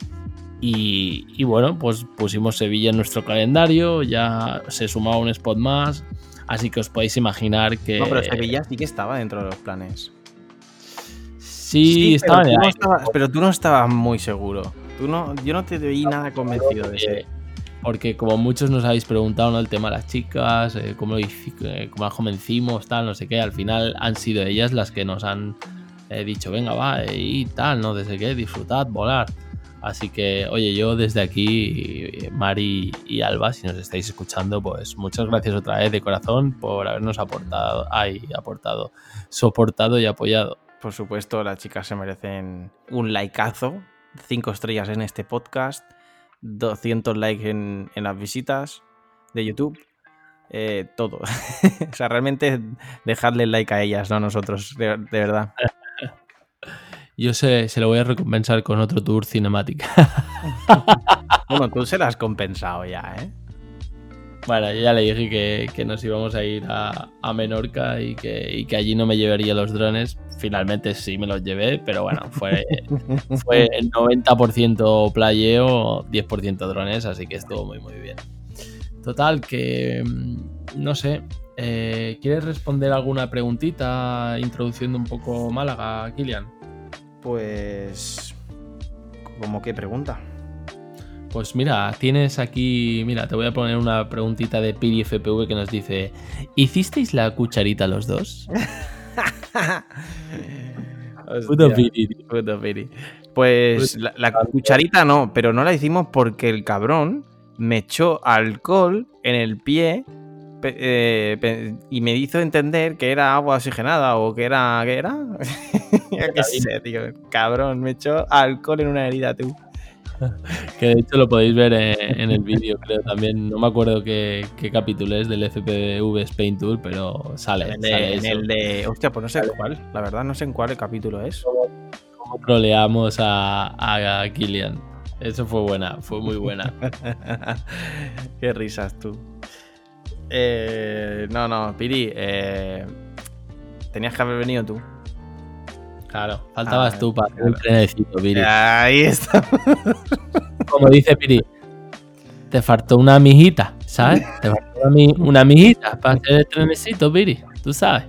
[SPEAKER 2] Y bueno, pues pusimos Sevilla en nuestro calendario, ya se sumaba un spot más, así que os podéis imaginar que...
[SPEAKER 4] No, pero Sevilla sí que estaba dentro de los planes.
[SPEAKER 2] Sí, estaba en el aire.
[SPEAKER 4] Pero tú no estabas muy seguro. Yo no te veí nada convencido de ese.
[SPEAKER 2] Porque como muchos nos habéis preguntado, ¿no? El tema de las chicas, cómo las convencimos, tal, no sé qué, al final han sido ellas las que nos han dicho, venga, va, y tal, no sé qué, disfrutad, volar. Así que, oye, yo desde aquí, Mari y Alba, si nos estáis escuchando, pues muchas gracias otra vez de corazón por habernos soportado y apoyado.
[SPEAKER 4] Por supuesto, las chicas se merecen un likeazo, 5 estrellas en este podcast, 200 likes en las visitas de YouTube. todo. O sea, realmente dejadle like a ellas, no a nosotros, de verdad.
[SPEAKER 2] Yo se lo voy a recompensar con otro tour cinemática.
[SPEAKER 4] Bueno, tú se la has compensado ya, ¿eh?
[SPEAKER 2] Bueno, yo ya le dije que nos íbamos a ir a Menorca y que allí no me llevaría los drones. Finalmente sí me los llevé, pero bueno, fue el 90% playeo, 10% drones, así que estuvo muy muy bien. Total, que no sé, ¿quieres responder alguna preguntita introduciendo un poco Málaga, Kilian?
[SPEAKER 4] Pues... ¿cómo qué pregunta?
[SPEAKER 2] Pues mira, tienes aquí... Mira, te voy a poner una preguntita de Piri FPV que nos dice: ¿hicisteis la cucharita los dos?
[SPEAKER 4] Puto Piri. Pues la cucharita no, pero no la hicimos porque el cabrón me echó alcohol en el pie y me hizo entender que era agua oxigenada o que era... ¿Qué era? ¿Qué sé, tío? Cabrón, me echó alcohol en una herida, tú.
[SPEAKER 2] Que de hecho lo podéis ver en el vídeo, creo también. No me acuerdo qué capítulo es del FPV Spain Tour, pero sale.
[SPEAKER 4] En el de... Hostia, pues no sé cuál. La verdad no sé en cuál capítulo es.
[SPEAKER 2] ¿Cómo troleamos a Kilian? Eso fue muy buena.
[SPEAKER 4] Qué risas, tú. No, Piri. Tenías que haber venido tú.
[SPEAKER 2] Claro, faltabas tú para hacer el trenecito, Piri.
[SPEAKER 4] Ahí está.
[SPEAKER 2] Como dice Piri, te faltó una amiguita, ¿sabes? Te faltó una amiguita para hacer el trenecito, Piri, tú sabes.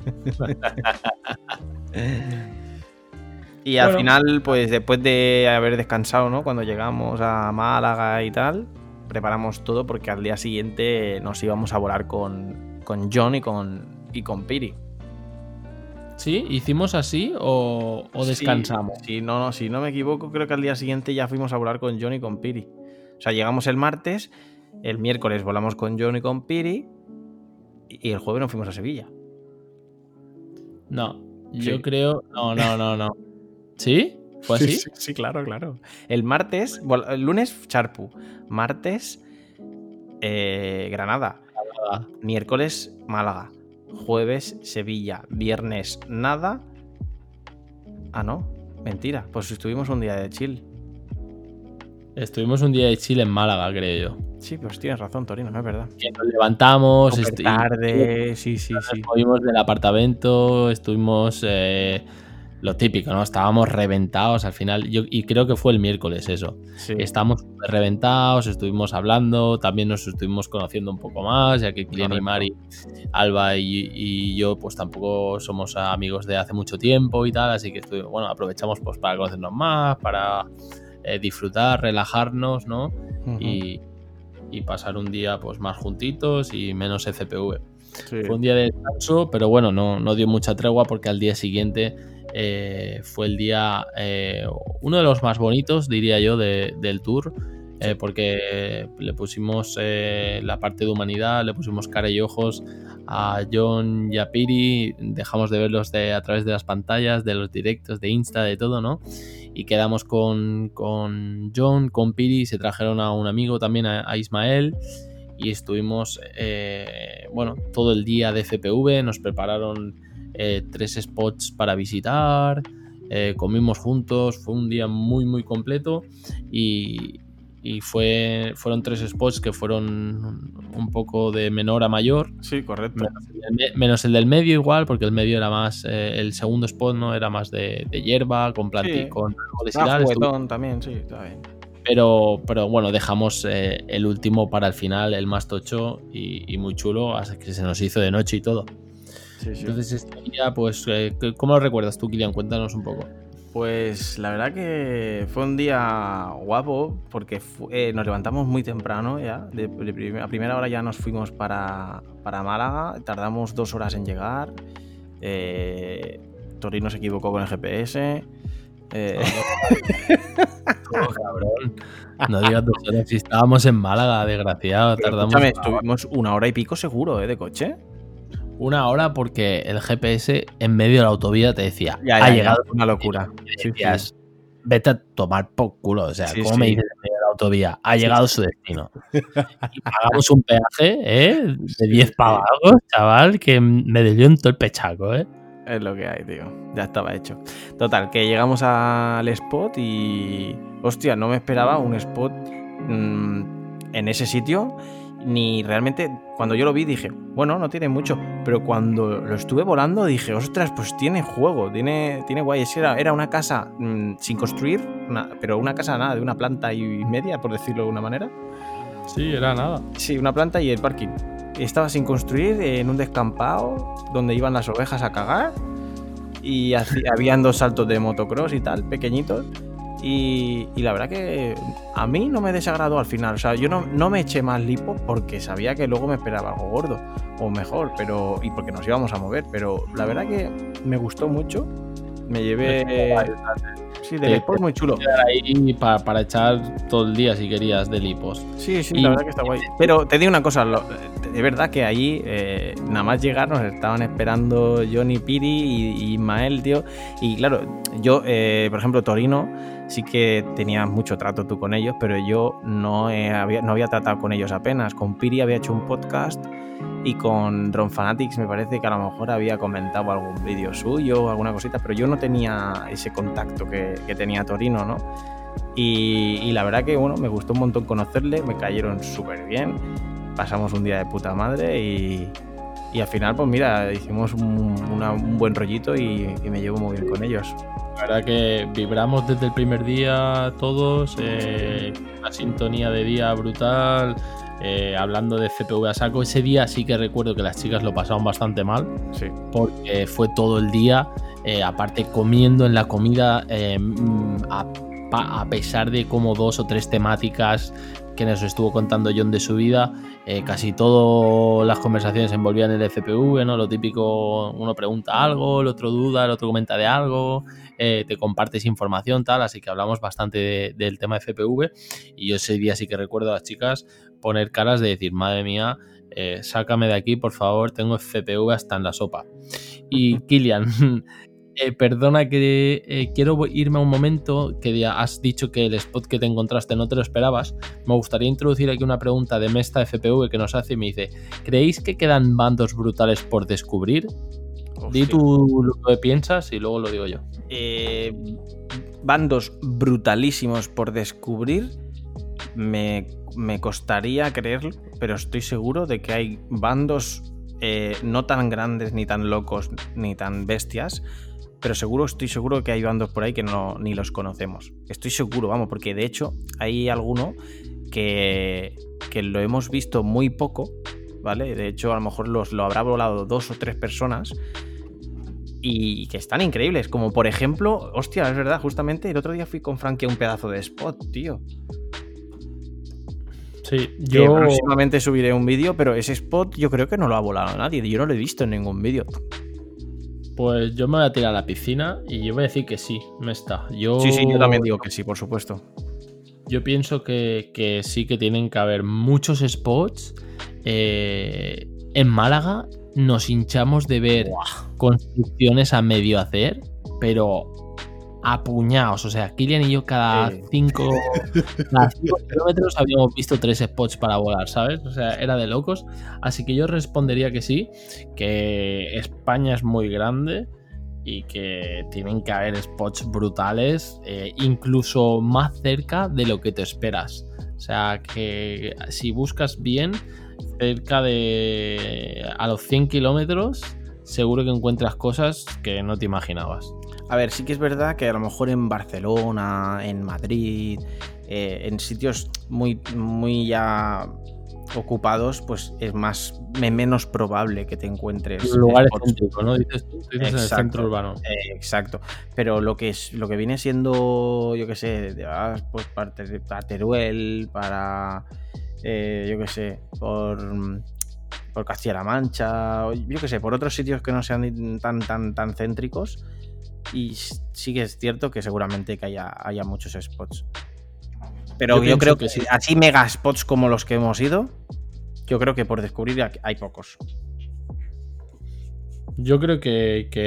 [SPEAKER 4] Y al final, pues después de haber descansado, ¿no? Cuando llegamos a Málaga y tal, preparamos todo porque al día siguiente nos íbamos a volar con John y con Piri.
[SPEAKER 2] ¿Sí? ¿Hicimos así o descansamos?
[SPEAKER 4] Sí, no, si no me equivoco, creo que al día siguiente ya fuimos a volar con John y con Piri. O sea, llegamos el martes, el miércoles volamos con John y con Piri y el jueves nos fuimos a Sevilla.
[SPEAKER 2] No, yo creo... No. ¿Sí? ¿Fue así?
[SPEAKER 4] Sí, claro. El martes, el lunes, Charpu. Martes, Granada. Miércoles, Málaga. Jueves, Sevilla. Viernes, nada. Ah, no. Mentira. Pues estuvimos un día de chill.
[SPEAKER 2] Estuvimos un día de chill en Málaga, creo yo.
[SPEAKER 4] Sí, pues tienes razón, Torino, no es verdad.
[SPEAKER 2] Que nos levantamos...
[SPEAKER 4] tarde, sí.
[SPEAKER 2] Nos movimos del apartamento, estuvimos... lo típico, ¿no? Estábamos reventados al final. Y creo que fue el miércoles eso.
[SPEAKER 4] Sí.
[SPEAKER 2] Estábamos reventados, estuvimos hablando, también nos estuvimos conociendo un poco más, ya que Kilian y Mari, Alba y yo pues tampoco somos amigos de hace mucho tiempo y tal, así que aprovechamos pues para conocernos más, para disfrutar, relajarnos, ¿no? Uh-huh. Y pasar un día pues más juntitos y menos FPV. Sí. Fue un día de descanso, pero bueno, no dio mucha tregua porque al día siguiente fue el día, uno de los más bonitos, diría yo, del tour, porque le pusimos la parte de humanidad, le pusimos cara y ojos a John y a Piri, dejamos de verlos a través de las pantallas, de los directos, de Insta, de todo, ¿no? Y quedamos con John, con Piri, se trajeron a un amigo también, a Ismael, y estuvimos todo el día de FPV, nos prepararon 3 spots para visitar, comimos juntos, fue un día muy muy completo y fueron 3 spots que fueron un poco de menor a mayor.
[SPEAKER 4] Sí, correcto.
[SPEAKER 2] Menos el del medio igual, porque el medio era más, el segundo spot no era más de hierba, con con árboles y tal.
[SPEAKER 4] Juguetón también, sí, está bien.
[SPEAKER 2] Pero bueno, dejamos el último para el final, el más tocho y muy chulo, hasta que se nos hizo de noche y todo. Sí. Entonces este día, pues, ¿cómo lo recuerdas tú, Kilian? Cuéntanos un poco.
[SPEAKER 4] Pues la verdad que fue un día guapo porque nos levantamos muy temprano ya. A primera hora ya nos fuimos para Málaga, tardamos 2 horas en llegar. Torino se equivocó con el GPS.
[SPEAKER 2] Oh, cabrón. No digas 2 horas, si estábamos en Málaga, desgraciado.
[SPEAKER 4] Estuvimos 1 hora y pico seguro, de coche.
[SPEAKER 2] 1 hora porque el GPS en medio de la autovía te decía,
[SPEAKER 4] ha llegado una locura.
[SPEAKER 2] Decías, vete a tomar por culo. O sea, ¿cómo me dices en medio de la autovía, ha llegado a su destino. Y pagamos un peaje, de 10 pavos, chaval, que me dolió en todo el pechaco,
[SPEAKER 4] Es lo que hay, tío. Ya estaba hecho. Total, que llegamos al spot y... Hostia, no me esperaba un spot en ese sitio. Ni realmente... Cuando yo lo vi dije, bueno, no tiene mucho. Pero cuando lo estuve volando dije, ostras, pues tiene juego. Tiene guay. Era una casa sin construir. Pero una casa nada, de una planta y media, por decirlo de una manera.
[SPEAKER 2] Sí, era nada.
[SPEAKER 4] Sí, una planta y el parking. Estaba sin construir en un descampado donde iban las ovejas a cagar y habían 2 saltos de motocross y tal, pequeñitos. Y la verdad que a mí no me desagradó al final. O sea, yo no me eché más lipo porque sabía que luego me esperaba algo gordo o mejor, y porque nos íbamos a mover. Pero la verdad que me gustó mucho. Me llevé... Sí, de lipos muy chulo.
[SPEAKER 2] Ahí para echar todo el día si querías de lipos.
[SPEAKER 4] Sí, la verdad que está guay. Pero te digo una cosa, de verdad que ahí nada más llegar nos estaban esperando Johnny, Piri y Ismael, tío. Y claro, yo, por ejemplo, Torino, sí que tenías mucho trato tú con ellos, pero yo no había tratado con ellos apenas. Con Piri había hecho un podcast y con Ron Fanatics me parece que a lo mejor había comentado algún vídeo suyo o alguna cosita, pero yo no tenía ese contacto que tenía Torino, ¿no? Y la verdad que, bueno, me gustó un montón conocerle, me cayeron súper bien, pasamos un día de puta madre y al final, pues mira, hicimos un buen rollito y me llevo muy bien con ellos.
[SPEAKER 2] La verdad que vibramos desde el primer día todos, una sintonía de día brutal, hablando de CPV a saco. Ese día sí que recuerdo que las chicas lo pasaron bastante mal,
[SPEAKER 4] sí,
[SPEAKER 2] porque fue todo el día, aparte comiendo en la comida, a pesar de como 2 o 3 temáticas que nos estuvo contando John de su vida, casi todas las conversaciones envolvían el FPV, ¿no? Lo típico, uno pregunta algo, el otro duda, el otro comenta de algo, te compartes información, tal, así que hablamos bastante del tema FPV y yo ese día sí que recuerdo a las chicas poner caras de decir, madre mía, sácame de aquí, por favor, tengo FPV hasta en la sopa. Y Kilian... perdona que quiero irme a un momento que ya has dicho que el spot que te encontraste no te lo esperabas. Me gustaría introducir aquí una pregunta de Mesta FPV que nos hace y me dice, ¿creéis que quedan bandos brutales por descubrir? Hostia. Di tú lo que piensas y luego lo digo yo.
[SPEAKER 4] Bandos brutalísimos por descubrir me costaría creerlo, pero estoy seguro de que hay bandos no tan grandes, ni tan locos, ni tan bestias, pero estoy seguro que hay bandos por ahí que ni los conocemos. Estoy seguro, vamos, porque de hecho hay alguno que lo hemos visto muy poco, ¿vale? De hecho, a lo mejor lo habrá volado 2 o 3 personas y que están increíbles. Como por ejemplo, hostia, es verdad, justamente el otro día fui con Frankie a un pedazo de spot, tío.
[SPEAKER 2] Sí, yo
[SPEAKER 4] próximamente subiré un vídeo, pero ese spot yo creo que no lo ha volado nadie. Yo no lo he visto en ningún vídeo.
[SPEAKER 2] Pues yo me voy a tirar a la piscina y yo voy a decir que sí, Mesta.
[SPEAKER 4] Sí, yo también digo que sí, por supuesto.
[SPEAKER 2] Yo pienso que sí que tienen que haber muchos spots. En Málaga nos hinchamos de ver construcciones a medio hacer, pero apuñados. O sea, Kilian y yo cada 5 kilómetros habíamos visto 3 spots para volar, ¿sabes? O sea, era de locos. Así que yo respondería que sí, que España es muy grande y que tienen que haber spots brutales, incluso más cerca de lo que te esperas. O sea, que si buscas bien, cerca de a los 100 kilómetros, seguro que encuentras cosas que no te imaginabas.
[SPEAKER 4] A ver, sí que es verdad que a lo mejor en Barcelona, en Madrid, en sitios muy, muy ya ocupados, pues es menos probable que te encuentres
[SPEAKER 2] lugares céntricos, ¿no? Dices tú en el centro urbano.
[SPEAKER 4] Exacto. Pero lo que viene siendo, yo qué sé, pues parte de Teruel, para yo qué sé, por Castilla-La Mancha, yo qué sé, por otros sitios que no sean tan céntricos. Y sí que es cierto que seguramente que haya muchos spots. Pero yo creo que sí. Así mega spots como los que hemos ido, yo creo que por descubrir hay pocos.
[SPEAKER 2] Yo creo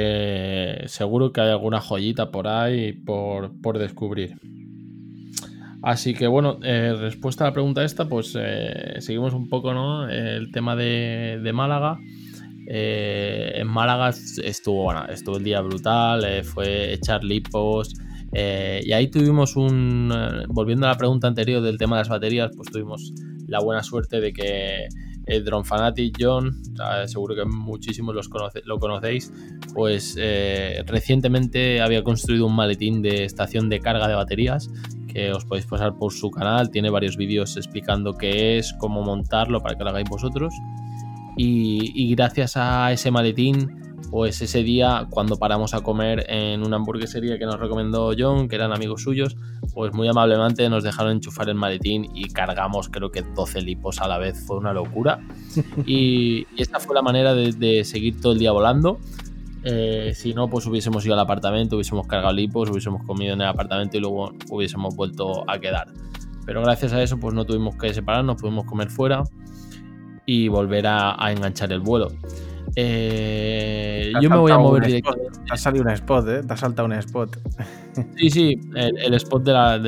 [SPEAKER 2] que seguro que hay alguna joyita por ahí por descubrir. Así que bueno, respuesta a la pregunta esta, pues seguimos un poco, ¿no? El tema de Málaga. En Málaga estuvo el día brutal, fue echar lipos. Y ahí tuvimos volviendo a la pregunta anterior del tema de las baterías, pues tuvimos la buena suerte de que el Drone Fanatic John, seguro que muchísimos lo conocéis, pues recientemente había construido un maletín de estación de carga de baterías que os podéis pasar por su canal, tiene varios vídeos explicando qué es, cómo montarlo para que lo hagáis vosotros. Y gracias a ese maletín, pues ese día cuando paramos a comer en una hamburguesería que nos recomendó John, que eran amigos suyos, pues muy amablemente nos dejaron enchufar el maletín y cargamos creo que 12 lipos a la vez, fue una locura. Y esta fue la manera de seguir todo el día volando. Si no, pues hubiésemos ido al apartamento, hubiésemos cargado lipos, hubiésemos comido en el apartamento y luego hubiésemos vuelto a quedar. Pero gracias a eso pues no tuvimos que separarnos, pudimos comer fuera y volver a enganchar el vuelo. Yo me voy a mover directamente.
[SPEAKER 4] Te ha salido un spot, ¿eh? Te ha saltado un spot.
[SPEAKER 2] Sí, el spot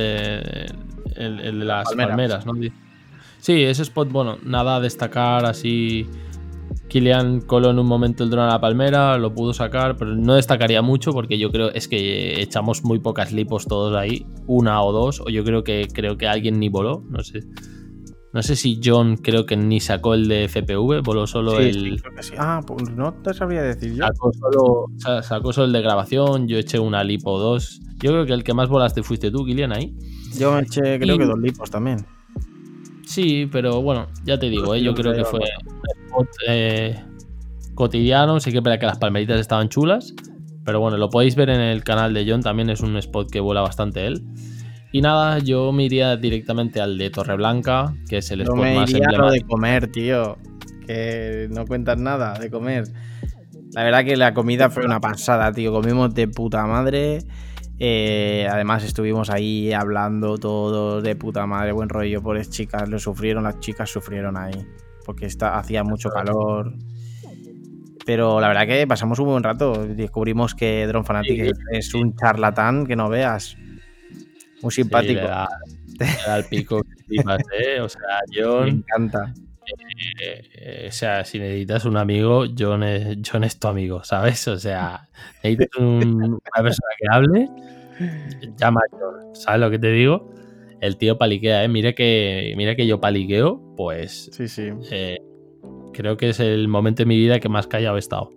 [SPEAKER 2] el de las palmeras, ¿no? Sí, ese spot, bueno, nada a destacar así. Kilian coló en un momento el dron a la palmera, lo pudo sacar, pero no destacaría mucho porque yo creo es que echamos muy pocas lipos todos ahí, una o dos, o yo creo que alguien ni voló, no sé. No sé si John creo que ni sacó el de FPV, voló solo
[SPEAKER 4] sí, creo que sí. Ah, pues no te sabría decir yo.
[SPEAKER 2] Sacó solo el de grabación, yo eché una lipo 2. Yo creo que el que más volaste fuiste tú, Kilian, ahí.
[SPEAKER 4] Yo me eché creo que 2 lipos también.
[SPEAKER 2] Sí, pero bueno, ya te digo, yo creo que fue un spot cotidiano, sí que es verdad que las palmeritas estaban chulas, pero bueno, lo podéis ver en el canal de John, también es un spot que vuela bastante él. Y nada, yo me iría directamente al de Torreblanca, que es el spot más emblemático.
[SPEAKER 4] Lo de comer, tío, que no cuentas nada de comer. La verdad que la comida fue una pasada, tío, comimos de puta madre. Además estuvimos ahí hablando todos de puta madre, buen rollo, pobres chicas, las chicas sufrieron ahí, porque hacía mucho calor. Pero la verdad que pasamos un buen rato, descubrimos que Drone Fanatic es un charlatán que no veas. Muy simpático.
[SPEAKER 2] Sí, le da el pico que flipas, O sea, John...
[SPEAKER 4] Me encanta.
[SPEAKER 2] O sea, si necesitas un amigo, John es tu amigo, ¿sabes? O sea, necesitas una persona que hable, llama a John, ¿sabes lo que te digo? El tío paliquea, Mira que yo paliqueo, pues...
[SPEAKER 4] Sí.
[SPEAKER 2] Creo que es el momento de mi vida que más callado he estado.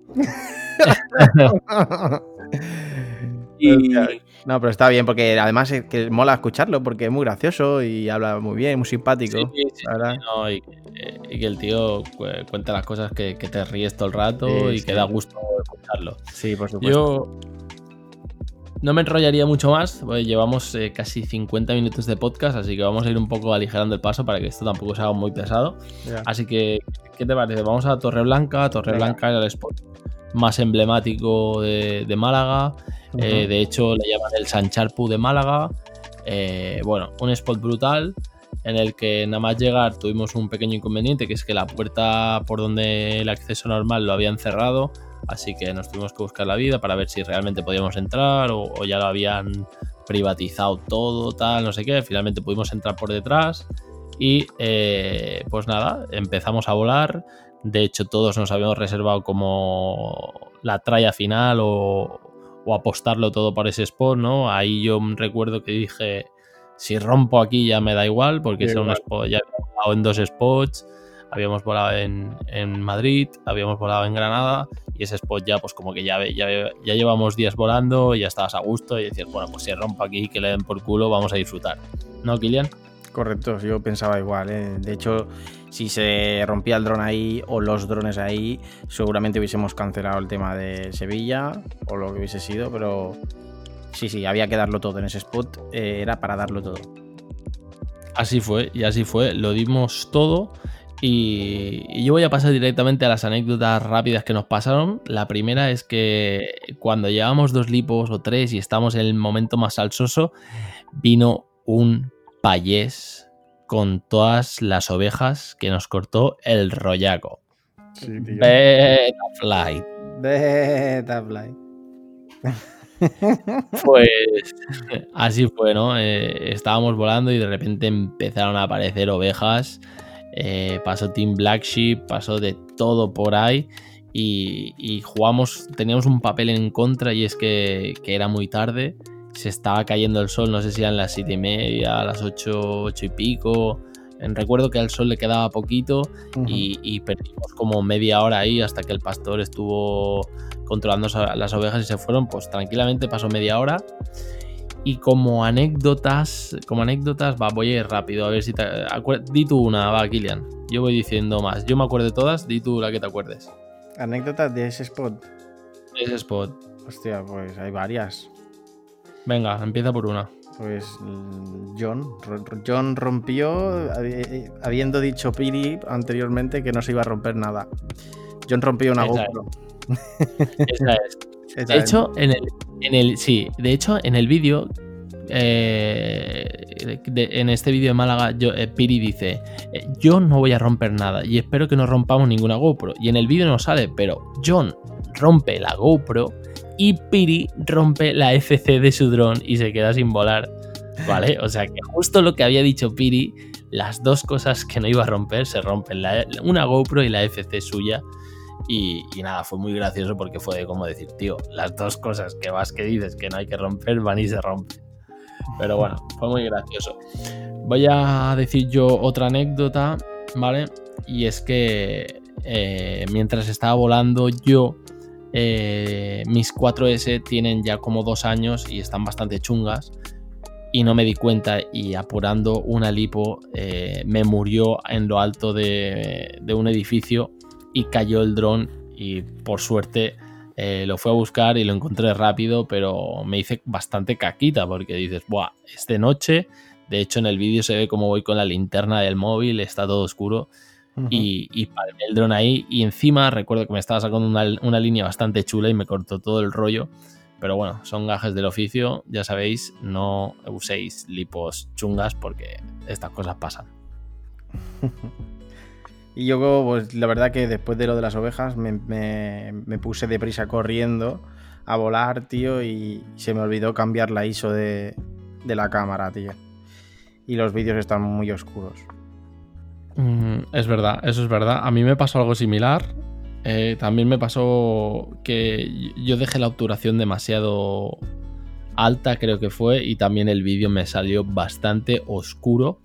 [SPEAKER 4] No, pero está bien, porque además es que mola escucharlo, porque es muy gracioso y habla muy bien, muy simpático.
[SPEAKER 2] Sí, no, y que el tío cuenta las cosas que te ríes todo el rato y que da gusto escucharlo.
[SPEAKER 4] Sí, por supuesto.
[SPEAKER 2] Yo no me enrollaría mucho más, llevamos casi 50 minutos de podcast, así que vamos a ir un poco aligerando el paso para que esto tampoco se haga muy pesado. Yeah. Así que, ¿qué te parece? Vamos a Torreblanca. Torreblanca era el spot más emblemático de Málaga. De hecho, le llaman el Sancharpu de Málaga. Bueno, un spot brutal en el que nada más llegar tuvimos un pequeño inconveniente, que es que la puerta por donde el acceso normal lo habían cerrado, así que nos tuvimos que buscar la vida para ver si realmente podíamos entrar o ya lo habían privatizado todo, tal, no sé qué. Finalmente pudimos entrar por detrás y pues nada, empezamos a volar. De hecho, todos nos habíamos reservado como la tralla final o apostarlo todo por ese spot, ¿no? Ahí yo recuerdo que dije, si rompo aquí ya me da igual, porque es un spot, ya habíamos volado en 2 spots, habíamos volado en Madrid, habíamos volado en Granada, y ese spot ya pues como que ya llevamos días volando y ya estabas a gusto y decías, bueno, pues si rompo aquí, que le den por culo, vamos a disfrutar. ¿No, Kilian?
[SPEAKER 4] Correcto, yo pensaba igual, De hecho, si se rompía el dron ahí o los drones ahí, seguramente hubiésemos cancelado el tema de Sevilla o lo que hubiese sido, pero sí, había que darlo todo en ese spot, era para darlo todo.
[SPEAKER 2] Así fue, lo dimos todo y yo voy a pasar directamente a las anécdotas rápidas que nos pasaron. La primera es que cuando llevamos 2 lipos o 3 y estamos en el momento más salsoso, vino un payés con todas las ovejas que nos cortó el rollaco.
[SPEAKER 4] Sí, tío.
[SPEAKER 2] Betafly. Pues así fue, ¿no? Estábamos volando y de repente empezaron a aparecer ovejas. Pasó Team Black Sheep, pasó de todo por ahí. Y jugamos, teníamos un papel en contra y es que era muy tarde. Se estaba cayendo el sol, no sé si eran las 7:30, a las 8 y pico. Recuerdo que al sol le quedaba poquito y perdimos como media hora ahí hasta que el pastor estuvo controlando las ovejas y se fueron. Pues tranquilamente pasó media hora. Y como anécdotas, voy a ir rápido, a ver si te acuerdas. Di tú una, va, Kilian. Yo voy diciendo más. Yo me acuerdo de todas, di tú la que te acuerdes.
[SPEAKER 4] ¿Anécdotas de ese spot?
[SPEAKER 2] Ese spot.
[SPEAKER 4] Hostia, pues hay varias.
[SPEAKER 2] Venga, empieza por una.
[SPEAKER 4] Pues John rompió, habiendo dicho Piri anteriormente que no se iba a romper nada. John rompió una GoPro.
[SPEAKER 2] Esa es. De hecho, de hecho, en el vídeo, en este vídeo de Málaga, Piri dice: yo no voy a romper nada y espero que no rompamos ninguna GoPro. Y en el vídeo no sale, pero John rompe la GoPro y Piri rompe la FC de su dron y se queda sin volar, ¿vale? O sea que justo lo que había dicho Piri, las dos cosas que no iba a romper se rompen, una GoPro y la FC suya. Y nada, fue muy gracioso porque fue como decir, tío, las dos cosas que dices que no hay que romper van y se rompen. Pero bueno, fue muy gracioso. Voy a decir yo otra anécdota, ¿vale? Y es que mientras estaba volando yo, mis 4S tienen ya como 2 años y están bastante chungas y no me di cuenta y apurando una lipo me murió en lo alto de un edificio y cayó el dron y por suerte lo fui a buscar y lo encontré rápido, pero me hice bastante caquita porque dices, buah, es de noche. De hecho en el vídeo se ve como voy con la linterna del móvil, está todo oscuro. Y palmé el dron ahí y encima recuerdo que me estaba sacando una línea bastante chula y me cortó todo el rollo, pero bueno, son gajes del oficio, ya sabéis, no uséis lipos chungas porque estas cosas pasan.
[SPEAKER 4] Y yo, pues la verdad que después de lo de las ovejas me puse deprisa corriendo a volar, tío, y se me olvidó cambiar la ISO de la cámara, tío, y los vídeos están muy oscuros.
[SPEAKER 2] Es verdad, eso es verdad. A mí me pasó algo similar. También me pasó que yo dejé la obturación demasiado alta, creo que fue, y también el vídeo me salió bastante oscuro.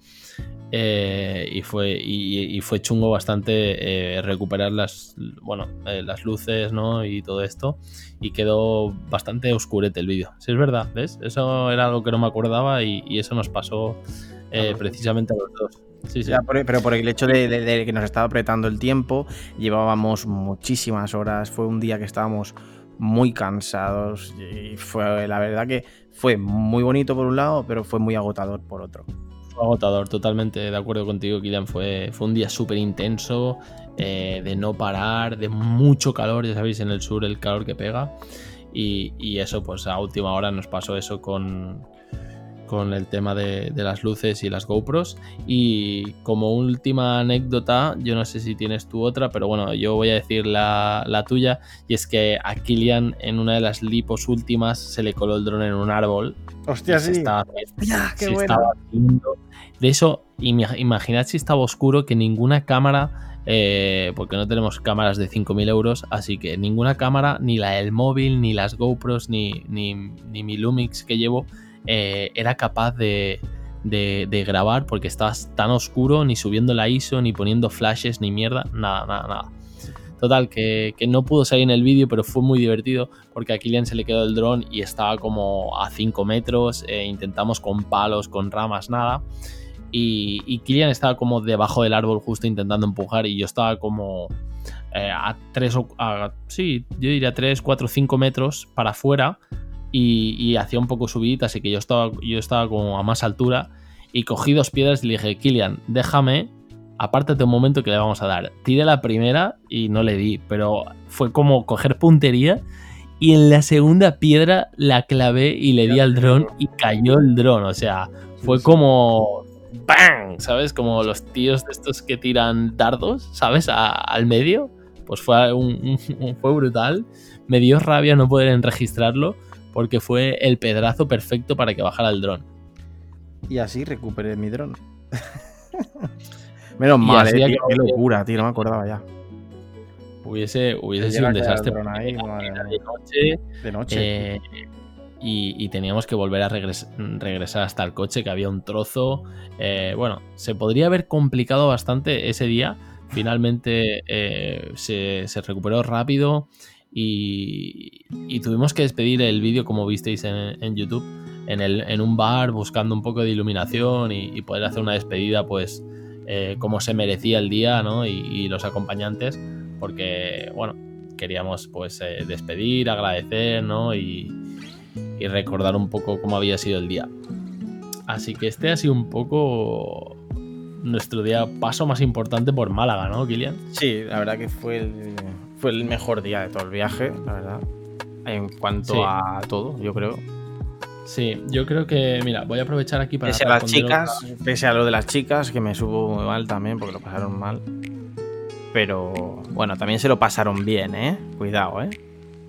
[SPEAKER 2] Y fue chungo bastante recuperar las luces, ¿no? Y todo esto. Y quedó bastante oscurete el vídeo. Sí, es verdad, ¿ves? Eso era algo que no me acordaba y eso nos pasó precisamente a los dos. Sí, sí.
[SPEAKER 4] Ya, pero por el hecho de que nos estaba apretando el tiempo, llevábamos muchísimas horas, fue un día que estábamos muy cansados y fue, la verdad que fue muy bonito por un lado, pero fue muy agotador por otro.
[SPEAKER 2] Fue agotador, totalmente de acuerdo contigo, Kilian. Fue un día súper intenso, de no parar, de mucho calor, ya sabéis, en el sur el calor que pega y eso, pues a última hora nos pasó eso con el tema de las luces y las GoPros. Y como última anécdota, yo no sé si tienes tú otra, pero bueno, yo voy a decir la tuya, y es que a Kilian en una de las lipos últimas se le coló el dron en un árbol.
[SPEAKER 4] ¡Hostia, sí! ¡Qué bueno!
[SPEAKER 2] De eso, imaginad si estaba oscuro que ninguna cámara, porque no tenemos cámaras de 5.000 euros, así que ninguna cámara, ni la del móvil, ni las GoPros, ni mi Lumix que llevo, era capaz de grabar porque estaba tan oscuro, ni subiendo la ISO, ni poniendo flashes, ni mierda, nada. Total, que no pudo salir en el vídeo, pero fue muy divertido porque a Kilian se le quedó el dron y estaba como a 5 metros, intentamos con palos, con ramas, nada, y Kilian estaba como debajo del árbol justo intentando empujar y yo estaba como a 3, 4, 5 metros para afuera y hacía un poco subidita, así que yo estaba como a más altura y cogí 2 piedras y le dije, Kilian, déjame, apártate un momento que le vamos a dar. Tiré la primera y no le di, pero fue como coger puntería y en la segunda piedra la clavé y le di al dron y cayó el dron, o sea, fue como ¡bang! ¿Sabes? Como los tíos de estos que tiran dardos, ¿sabes? Al medio, pues fue brutal. Me dio rabia no poder registrarlo, porque fue el pedrazo perfecto para que bajara el dron.
[SPEAKER 4] Y así recuperé mi dron. Menos mal, tío, qué locura, tío, no me acordaba ya.
[SPEAKER 2] Hubiese sido un desastre.
[SPEAKER 4] Ahí,
[SPEAKER 2] de noche. Y teníamos que volver a regresar hasta el coche, que había un trozo. Bueno, se podría haber complicado bastante ese día. Finalmente se recuperó rápido y tuvimos que despedir el vídeo, como visteis en YouTube, en un bar, buscando un poco de iluminación y poder hacer una despedida, pues como se merecía el día, ¿no? Y los acompañantes, porque, bueno, queríamos pues despedir, agradecer, ¿no? Y recordar un poco cómo había sido el día. Así que este ha sido un poco nuestro paso más importante por Málaga, ¿no, Kilian?
[SPEAKER 4] Sí, la verdad que fue el mejor día de todo el viaje, la verdad. En cuanto a todo, yo creo.
[SPEAKER 2] Sí, yo creo que, mira, voy a aprovechar aquí para...
[SPEAKER 4] Pese a lo de las chicas, que me supo muy mal también, porque lo pasaron mal. Pero, bueno, también se lo pasaron bien, ¿eh? Cuidado, ¿eh?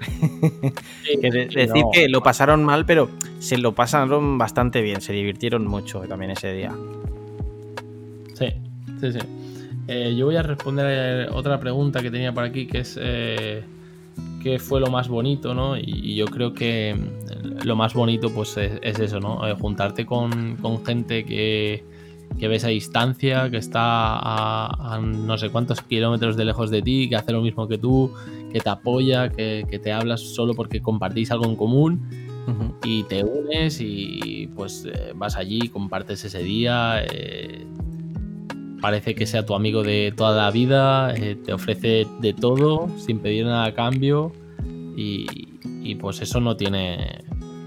[SPEAKER 4] Decir que lo pasaron mal, pero se lo pasaron bastante bien, se divirtieron mucho también ese día.
[SPEAKER 2] Sí. Yo voy a responder otra pregunta que tenía por aquí, que es qué fue lo más bonito, ¿no? Y yo creo que lo más bonito pues es eso, ¿no? Juntarte con gente que ves a distancia, que está a no sé cuántos kilómetros de lejos de ti, que hace lo mismo que tú, que te apoya, que te hablas solo porque compartís algo en común. Uh-huh. Y te unes y pues vas allí, compartes ese día, parece que sea tu amigo de toda la vida, te ofrece de todo sin pedir nada a cambio y pues eso no tiene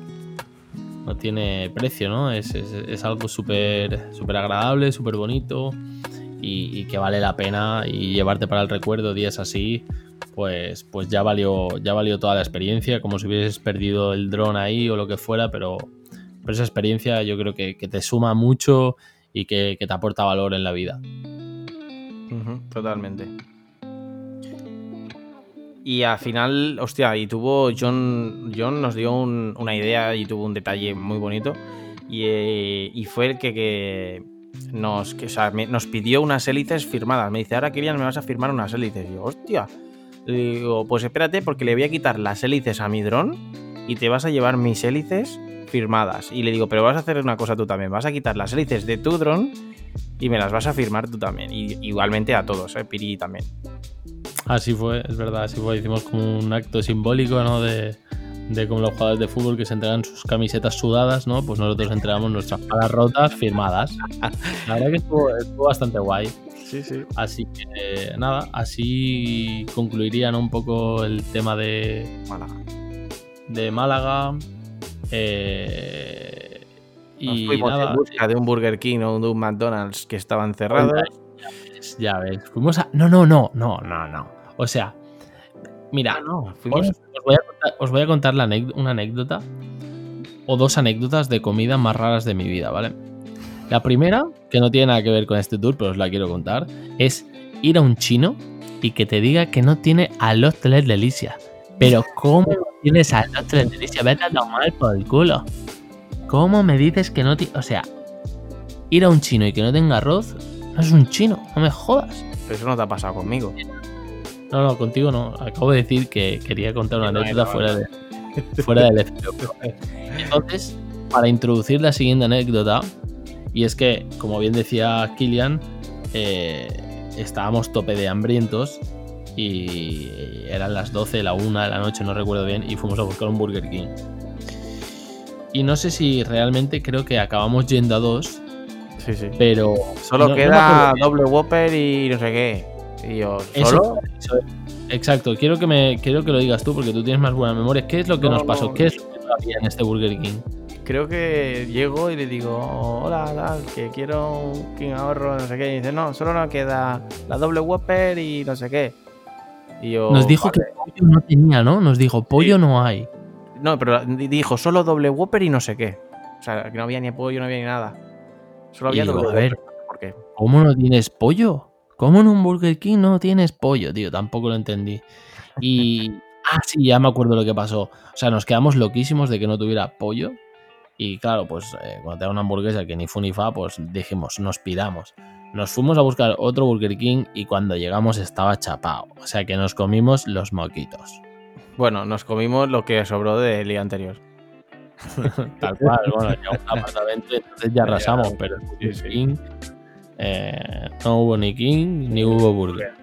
[SPEAKER 2] precio, ¿no? Es algo súper agradable, súper bonito y que vale la pena, y llevarte para el recuerdo días así, pues ya valió toda la experiencia, como si hubieses perdido el dron ahí o lo que fuera, pero esa experiencia yo creo que te suma mucho y que te aporta valor en la vida.
[SPEAKER 4] Totalmente. Y al final, hostia, y tuvo John nos dio una idea y tuvo un detalle muy bonito, y fue el que nos pidió unas hélices firmadas. Me dice, ahora Kilian, me vas a firmar unas hélices. Y yo, hostia. Le digo, pues espérate, porque le voy a quitar las hélices a mi dron y te vas a llevar mis hélices firmadas. Y le digo, pero vas a hacer una cosa tú también, vas a quitar las hélices de tu dron y me las vas a firmar tú también. Y igualmente a todos, Piri también.
[SPEAKER 2] Así fue, es verdad, así fue. Hicimos como un acto simbólico, ¿no? De como los jugadores de fútbol que se entregan sus camisetas sudadas, ¿no? Pues nosotros entregamos nuestras palas rotas firmadas. La verdad que estuvo bastante guay.
[SPEAKER 4] Sí.
[SPEAKER 2] Así que nada, así concluiría, ¿no? Un poco el tema de Málaga.
[SPEAKER 4] Y nos fuimos nada, en busca de un Burger King o de un McDonald's que estaban cerrados.
[SPEAKER 2] Ya ves, fuimos a... No. O sea, mira, os voy a contar una anécdota o dos anécdotas de comida más raras de mi vida, ¿vale? La primera, que no tiene nada que ver con este tour, pero os la quiero contar, es ir a un chino y que te diga que no tiene arroz tres delicias. Pero ¿cómo no tienes arroz tres delicias? Vete a tomar por el culo. ¿Cómo me dices que no tiene...? O sea, ir a un chino y que no tenga arroz, no es un chino, no me jodas.
[SPEAKER 4] Pero eso no te ha pasado conmigo.
[SPEAKER 2] No, contigo no. Acabo de decir que quería contar una anécdota fuera del efecto. Entonces, para introducir la siguiente anécdota, y es que, como bien decía Kilian, estábamos tope de hambrientos y eran las 12, la 1 de la noche, no recuerdo bien, y fuimos a buscar un Burger King. Y no sé si realmente, creo que acabamos yendo a 2.
[SPEAKER 4] Sí.
[SPEAKER 2] Pero
[SPEAKER 4] solo queda doble Whopper y no sé qué. Y yo, ¿solo?
[SPEAKER 2] Eso, exacto, quiero que lo digas tú, porque tú tienes más buena memoria. ¿Qué es lo que nos pasó? ¿Qué es lo que no había en este Burger King?
[SPEAKER 4] Creo que llego y le digo, hola, que quiero un King Ahorro, no sé qué. Y dice, no, solo nos queda la doble Whopper y no sé qué. Y yo,
[SPEAKER 2] nos dijo que pollo no tenía, ¿no? Nos dijo, pollo no hay.
[SPEAKER 4] No, pero dijo, solo doble Whopper y no sé qué. O sea, que no había ni pollo, no había ni nada. Solo había doble Whopper. A ver,
[SPEAKER 2] ¿por qué? ¿Cómo no tienes pollo? ¿Cómo en un Burger King no tienes pollo, tío? Tampoco lo entendí. Y... Sí, ya me acuerdo lo que pasó. O sea, nos quedamos loquísimos de que no tuviera pollo. Y claro, pues cuando te da una hamburguesa que ni fu ni fa, pues dijimos, nos piramos. Nos fuimos a buscar otro Burger King y cuando llegamos estaba chapado. O sea que nos comimos los moquitos.
[SPEAKER 4] Bueno, nos comimos lo que sobró del día anterior.
[SPEAKER 2] Tal cual, bueno, llegamos al apartamento y entonces ya arrasamos, pero el Burger King no hubo ni King ni hubo Burger.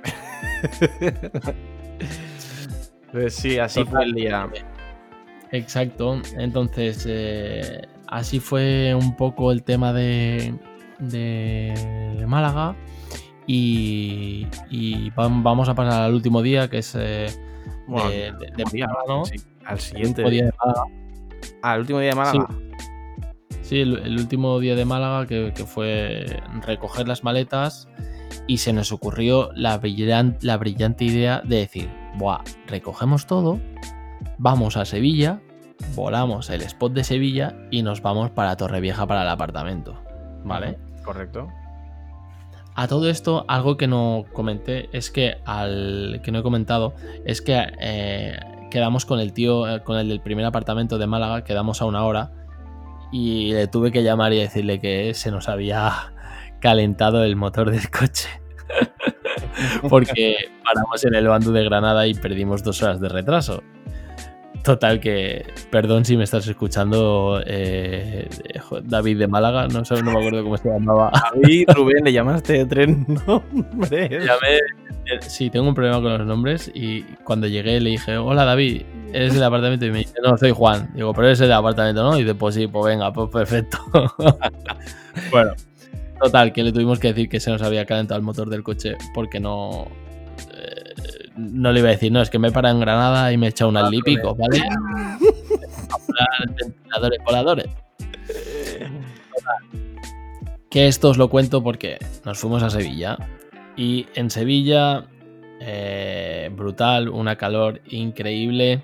[SPEAKER 4] Pues sí, así fue el día.
[SPEAKER 2] Exacto, entonces así fue un poco el tema de Málaga y vamos a pasar al último día que es de Málaga, ¿no?
[SPEAKER 4] Sí, al siguiente
[SPEAKER 2] día de Málaga.
[SPEAKER 4] ¿El último día de Málaga?
[SPEAKER 2] Sí, el último día de Málaga que fue recoger las maletas y se nos ocurrió la brillante idea de decir, buah, recogemos todo, vamos a Sevilla, volamos el spot de Sevilla y nos vamos para Torrevieja para el apartamento, ¿vale?
[SPEAKER 4] Correcto.
[SPEAKER 2] A todo esto, algo que no comenté es que que no he comentado es que quedamos con el tío, con el del primer apartamento de Málaga, quedamos a 1 hora y le tuve que llamar y decirle que se nos había calentado el motor del coche porque paramos en el Bandú de Granada y perdimos 2 horas de retraso. Total que, perdón si me estás escuchando, David de Málaga, no me acuerdo cómo se llamaba.
[SPEAKER 4] David, Rubén, le llamaste de 3 nombres.
[SPEAKER 2] Sí, tengo un problema con los nombres y cuando llegué le dije, hola David, ¿eres del apartamento? Y me dice, no, soy Juan. Digo, pero eres del apartamento, ¿no? Y dice, pues sí, pues venga, pues perfecto. Bueno, total, que le tuvimos que decir que se nos había calentado el motor del coche porque no le iba a decir, no, es que me he parado en Granada y me he echado un alípico, ¿vale? Ventiladores voladores. Que esto os lo cuento porque nos fuimos a Sevilla y en Sevilla brutal, una calor increíble,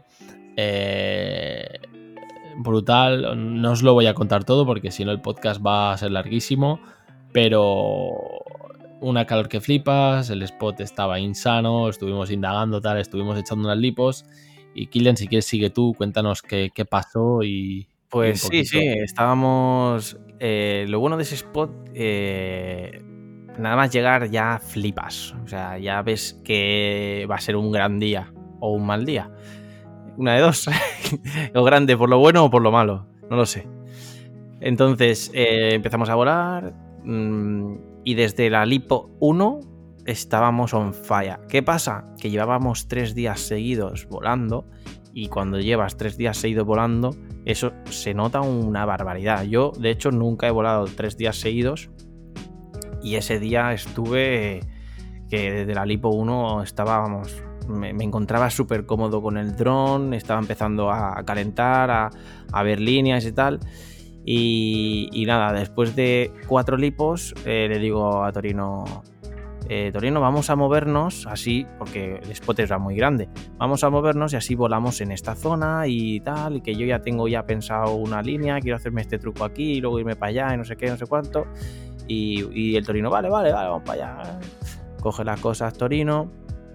[SPEAKER 2] brutal, no os lo voy a contar todo porque si no el podcast va a ser larguísimo, pero una calor que flipas, el spot estaba insano, estuvimos indagando, estuvimos echando unas lipos y Kylian, si quieres sigue tú, cuéntanos qué pasó y...
[SPEAKER 4] Pues sí, estábamos... lo bueno de ese spot, nada más llegar ya flipas, o sea, ya ves que va a ser un gran día o un mal día, una de dos, o grande por lo bueno o por lo malo, no lo sé. Entonces empezamos a volar... y desde la Lipo 1 estábamos on fire. ¿Qué pasa? Que llevábamos 3 días seguidos volando y cuando llevas 3 días seguidos volando, eso se nota una barbaridad. Yo, de hecho, nunca he volado 3 días seguidos y ese día estuve que desde la Lipo 1 estábamos... Me encontraba súper cómodo con el dron, estaba empezando a calentar, a ver líneas y tal... Y nada, después de 4 lipos le digo a Torino, Torino, vamos a movernos así, porque el spot era muy grande, vamos a movernos y así volamos en esta zona y tal, y que yo ya tengo pensado una línea, quiero hacerme este truco aquí y luego irme para allá y no sé qué, no sé cuánto. Y el Torino, vale, vamos para allá. Coge las cosas Torino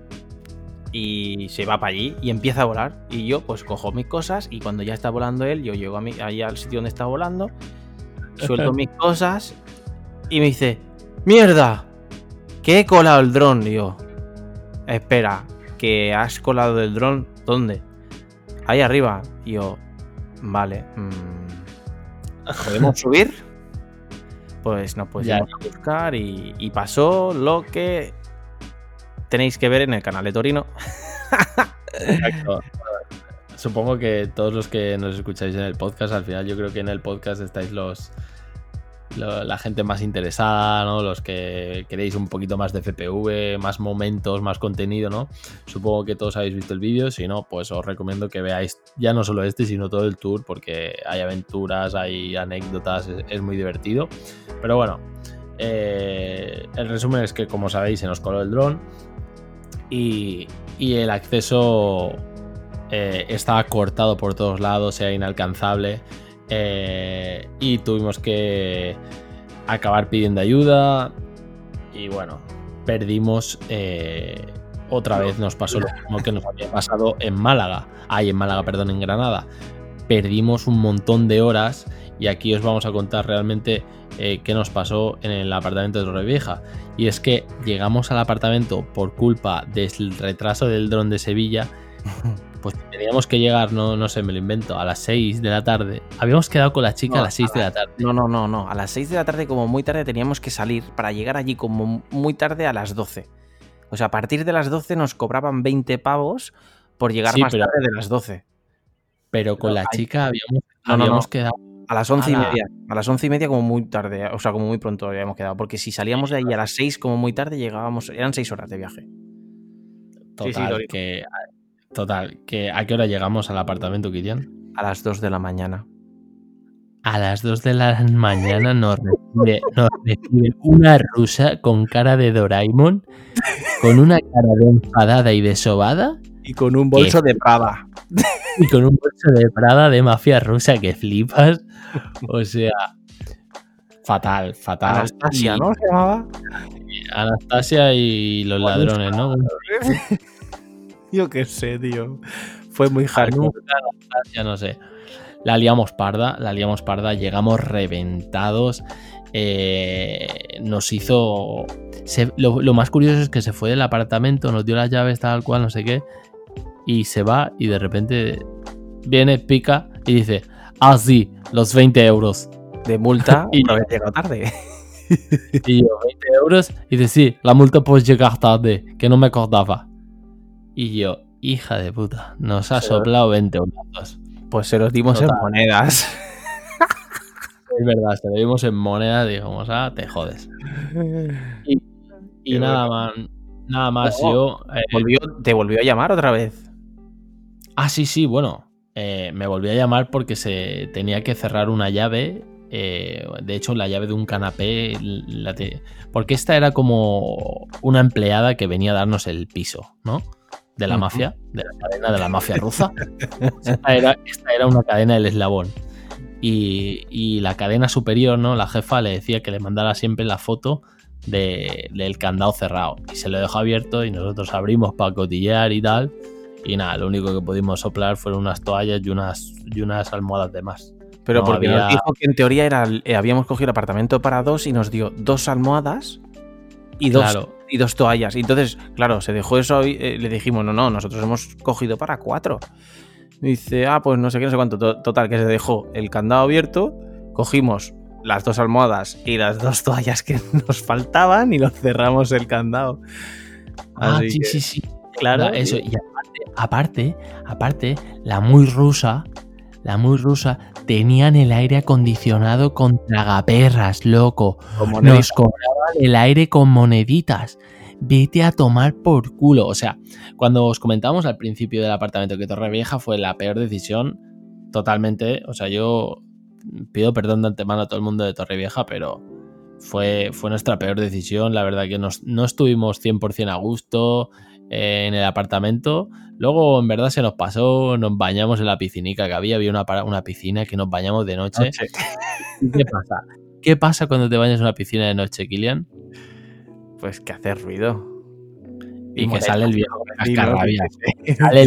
[SPEAKER 4] y se va para allí y empieza a volar y yo pues cojo mis cosas y cuando ya está volando él, yo llego ahí al sitio donde está volando, suelto mis cosas y me dice, ¡mierda! Que he colado el dron. Y yo, espera, ¿que has colado el dron? ¿Dónde? Ahí arriba. Y yo, vale, ¿podemos subir? Pues nos podemos buscar y pasó lo que tenéis que ver en el canal de Torino.
[SPEAKER 2] Exacto. Supongo que todos los que nos escucháis en el podcast, al final yo creo que en el podcast estáis la gente más interesada, ¿no? Los que queréis un poquito más de FPV, más momentos, más contenido, ¿no? Supongo que todos habéis visto el vídeo, si no, pues os recomiendo que veáis ya no solo sino todo el tour, porque hay aventuras, hay anécdotas, es muy divertido. Pero bueno, el resumen es que, como sabéis, se nos coló el dron y el acceso estaba cortado por todos lados, era inalcanzable. Y tuvimos que acabar pidiendo ayuda y bueno, perdimos otra vez nos pasó lo mismo que nos había pasado en Málaga. En Granada. Perdimos un montón de horas y aquí os vamos a contar realmente qué nos pasó en el apartamento de Torrevieja. Y es que llegamos al apartamento por culpa del retraso del dron de Sevilla. Pues teníamos que llegar, no sé, me lo invento, a las 6 de la tarde. Habíamos quedado con la chica a las 6 de la tarde.
[SPEAKER 4] No. A las 6 de la tarde, como muy tarde, teníamos que salir para llegar allí como muy tarde a las 12. O sea, a partir de las 12 nos cobraban 20 pavos por llegar más tarde de las 12.
[SPEAKER 2] Pero con la chica habíamos quedado...
[SPEAKER 4] A las 11:30. A las 11:30 como muy tarde, o sea, como muy pronto habíamos quedado. Porque si salíamos de ahí a las 6 como muy tarde, llegábamos... Eran 6 horas de viaje.
[SPEAKER 2] Total, que ¿a qué hora llegamos al apartamento, Kilian?
[SPEAKER 4] A las 2 de la mañana.
[SPEAKER 2] A las 2 de la mañana nos recibe una rusa con cara de Doraemon, con una cara de enfadada y de sobada.
[SPEAKER 4] Y con un bolso de Prada.
[SPEAKER 2] Y con un bolso de Prada de mafia rusa que flipas. O sea, fatal.
[SPEAKER 4] Anastasia, ¿no se llamaba?
[SPEAKER 2] Anastasia y los ladrones, ¿no?
[SPEAKER 4] Yo qué sé, tío. Fue muy hardcore.
[SPEAKER 2] Anastasia, no sé. La liamos parda, llegamos reventados. Nos hizo... Lo más curioso es que se fue del apartamento, nos dio las llaves tal cual, no sé qué, y se va y de repente viene, pica y dice, sí, los 20 euros.
[SPEAKER 4] De multa por haber llegado tarde.
[SPEAKER 2] Y yo, 20 euros, y dice, sí, la multa por llegar tarde, que no me acordaba. Y yo, hija de puta, nos ha soplado 20 euros.
[SPEAKER 4] Pues se los dimos en monedas.
[SPEAKER 2] Es verdad, se lo dimos en monedas, digamos, te jodes. Y nada más, yo...
[SPEAKER 4] ¿Te volvió a llamar otra vez?
[SPEAKER 2] Sí, bueno. Me volvió a llamar porque se tenía que cerrar una llave. De hecho, la llave de un canapé. Porque esta era como una empleada que venía a darnos el piso, ¿no? De la mafia, de la cadena de la mafia rusa. Esta era una cadena del Eslabón. Y la cadena superior, ¿no? La jefa le decía que le mandara siempre la foto del candado cerrado. Y se lo dejó abierto y nosotros abrimos para cotillear y tal. Y nada, lo único que pudimos soplar fueron unas toallas y unas almohadas de más.
[SPEAKER 4] Pero no porque nos dijo que en teoría habíamos cogido el apartamento para 2 y nos dio 2 almohadas y dos toallas. Y entonces, claro, se dejó eso y le dijimos, no, nosotros hemos cogido para 4. Y dice, pues no sé qué, no sé cuánto. Total, que se dejó el candado abierto, cogimos las 2 almohadas y las 2 toallas que nos faltaban y lo cerramos el candado.
[SPEAKER 2] Sí. Claro, eso. Y aparte, la muy rusa tenían el aire acondicionado con tragaperras, loco. Nos cobraban el aire con moneditas. Vete a tomar por culo. O sea, cuando os comentábamos al principio del apartamento que Torrevieja fue la peor decisión, totalmente. O sea, yo pido perdón de antemano a todo el mundo de Torrevieja, pero fue nuestra peor decisión. La verdad que no estuvimos 100% a gusto en el apartamento. Luego, en verdad, se nos pasó, nos bañamos en la piscinica que había una piscina que nos bañamos de noche. ¿Qué pasa? ¿Qué pasa cuando te bañas en una piscina de noche, Kilian?
[SPEAKER 4] Pues que hace ruido.
[SPEAKER 2] Y que sale el viejo cascarrabias. Sale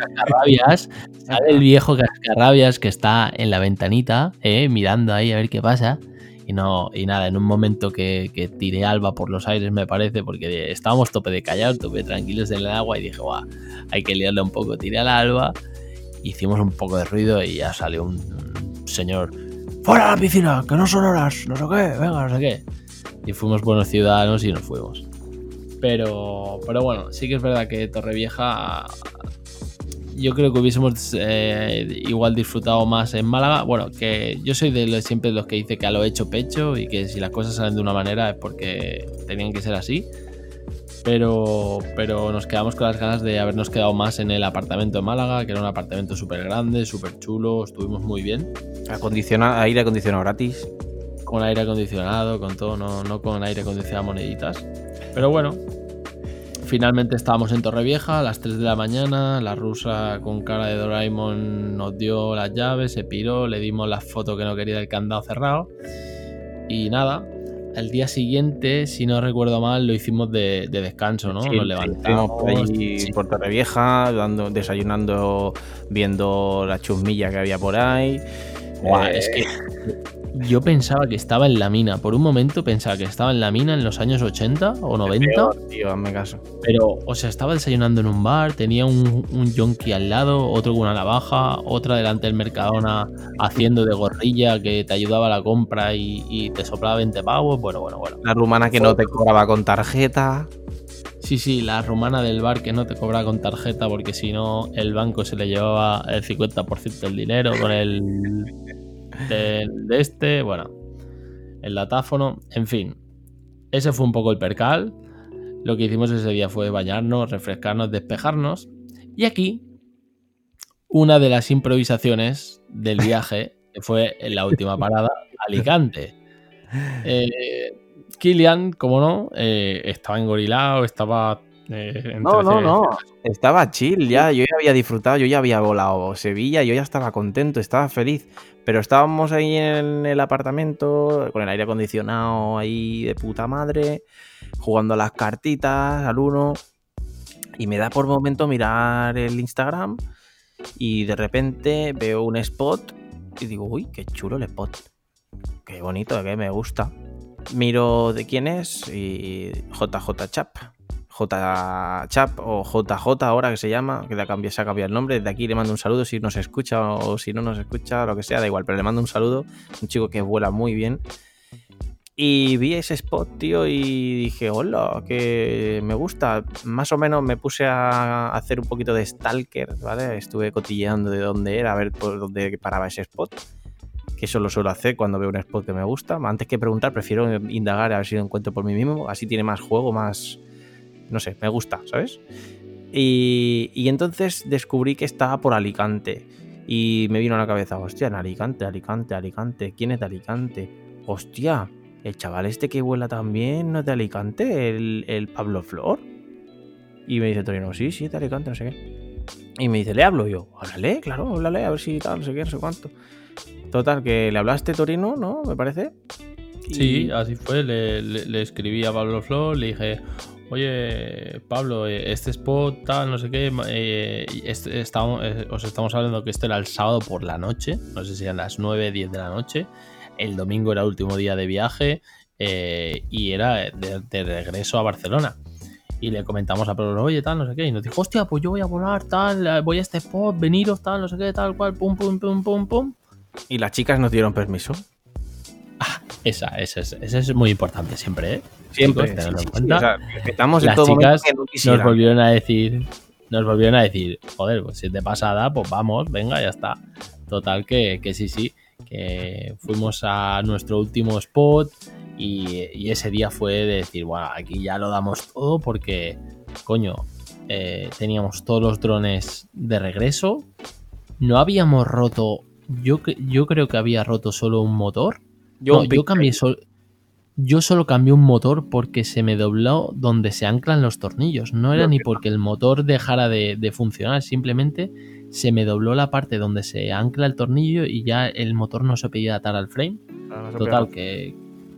[SPEAKER 2] el viejo cascarrabias que está en la ventanita, mirando ahí a ver qué pasa. Y nada, en un momento que tiré Alba por los aires, me parece, porque estábamos tope de callados, tope tranquilos en el agua, y dije, hay que liarle un poco. Tiré al Alba, hicimos un poco de ruido y ya salió un señor, ¡fuera a la piscina, que no son horas! No sé qué, venga, no sé qué. Y fuimos buenos ciudadanos y nos fuimos. Pero bueno, sí que es verdad que Torrevieja, yo creo que hubiésemos igual disfrutado más en Málaga. Bueno, que yo soy siempre de los que dice que a lo hecho pecho y que si las cosas salen de una manera es porque tenían que ser así. Pero nos quedamos con las ganas de habernos quedado más en el apartamento de Málaga, que era un apartamento súper grande, súper chulo, estuvimos muy bien.
[SPEAKER 4] Aire acondicionado gratis.
[SPEAKER 2] Con aire acondicionado, con todo, no con aire acondicionado moneditas. Pero bueno, finalmente estábamos en Torrevieja a las 3 de la mañana. La rusa con cara de Doraemon nos dio las llaves, se piró, le dimos la foto que no quería del candado cerrado. Y nada, al día siguiente, si no recuerdo mal, lo hicimos de descanso, ¿no?
[SPEAKER 4] Sí,
[SPEAKER 2] Nos
[SPEAKER 4] sí,
[SPEAKER 2] levantamos.
[SPEAKER 4] estuvimos por allí
[SPEAKER 2] Sí.
[SPEAKER 4] por Torrevieja, desayunando, viendo la chusmilla que había por ahí.
[SPEAKER 2] Buah, es que yo pensaba que estaba en la mina. Por un momento pensaba que estaba en la mina en los años 80 o 90.
[SPEAKER 4] Peor, tío, hazme caso.
[SPEAKER 2] Pero, o sea, estaba desayunando en un bar, tenía un yonki al lado, otro con una navaja, otra delante del Mercadona haciendo de gorrilla que te ayudaba a la compra y te soplaba 20 pavos. Bueno.
[SPEAKER 4] La rumana que no te cobraba con tarjeta.
[SPEAKER 2] Sí, la rumana del bar que no te cobraba con tarjeta porque si no el banco se le llevaba el 50% del dinero con el bueno, el datáfono, en fin. Ese fue un poco el percal. Lo que hicimos ese día fue bañarnos, refrescarnos, despejarnos. Y aquí, una de las improvisaciones del viaje, que fue en la última parada, Alicante. Kilian, como no, estaba engorilado, estaba...
[SPEAKER 4] No. Estaba chill ya. Yo ya había disfrutado, yo ya había volado Sevilla, yo ya estaba contento, estaba feliz. Pero estábamos ahí en el apartamento, con el aire acondicionado ahí de puta madre, jugando a las cartitas al uno. Y me da por momento mirar el Instagram y de repente veo un spot y digo, uy, qué chulo el spot. Qué bonito, que me gusta. Miro de quién es y JJ Chap. J Chap o JJ ahora que se llama, que se ha cambiado el nombre. Desde aquí le mando un saludo si nos escucha o si no nos escucha, lo que sea, da igual, pero le mando un saludo. Un chico que vuela muy bien. Y vi ese spot, tío, y dije, hola, que me gusta. Más o menos me puse a hacer un poquito de stalker, ¿vale? Estuve cotilleando de dónde era, a ver por dónde paraba ese spot. Que eso lo suelo hacer cuando veo un spot que me gusta. Antes que preguntar, prefiero indagar a ver si lo encuentro por mí mismo. Así tiene más juego, más... No sé, me gusta, ¿sabes? Y entonces descubrí que estaba por Alicante. Y me vino a la cabeza, hostia, en Alicante. ¿Quién es de Alicante? Hostia, el chaval este que vuela también no es de Alicante, el Pablo Flor. Y me dice Torino, sí, es de Alicante, no sé qué. Y me dice, ¿le hablo? Yo, háblale, claro, háblale, a ver si tal, no sé qué, no sé cuánto. Total, que le hablaste, Torino, ¿no? Me parece.
[SPEAKER 2] Sí, así fue. Le escribí a Pablo Flor, le dije, oye, Pablo, este spot, tal, no sé qué, os estamos hablando que esto era el sábado por la noche, no sé si eran las 9, 10 de la noche, el domingo era el último día de viaje y era de regreso a Barcelona. Y le comentamos a Pablo, oye, tal, no sé qué, y nos dijo, hostia, pues yo voy a volar, tal, voy a este spot, veniros, tal, no sé qué, tal cual, pum.
[SPEAKER 4] Y las chicas nos dieron permiso.
[SPEAKER 2] Esa es muy importante siempre, ¿eh?
[SPEAKER 4] Siempre,
[SPEAKER 2] Chicos, tenedlo en
[SPEAKER 4] sí,
[SPEAKER 2] cuenta.
[SPEAKER 4] o sea, respetamos
[SPEAKER 2] Las
[SPEAKER 4] en todo
[SPEAKER 2] chicas
[SPEAKER 4] momento que no
[SPEAKER 2] nos volvieron a decir, joder, pues si te pasa nada, pues vamos, venga, ya está. Total que sí, que fuimos a nuestro último spot y ese día fue de decir, bueno, aquí ya lo damos todo porque, coño, teníamos todos los drones de regreso, no habíamos roto, yo creo que había roto solo un motor. Yo solo cambié un motor porque se me dobló donde se anclan los tornillos. No era ni porque el motor dejara de funcionar, simplemente se me dobló la parte donde se ancla el tornillo y ya el motor no se podía atar al frame. Total, que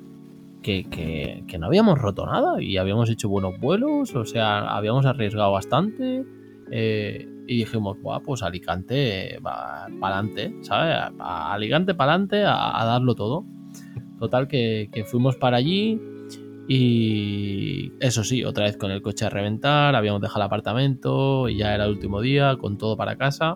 [SPEAKER 2] no habíamos roto nada y habíamos hecho buenos vuelos, o sea, habíamos arriesgado bastante y dijimos, pues Alicante va para adelante, ¿sabes? Alicante para adelante a darlo todo. Total, que fuimos para allí y eso sí, otra vez con el coche a reventar, habíamos dejado el apartamento y ya era el último día, con todo para casa.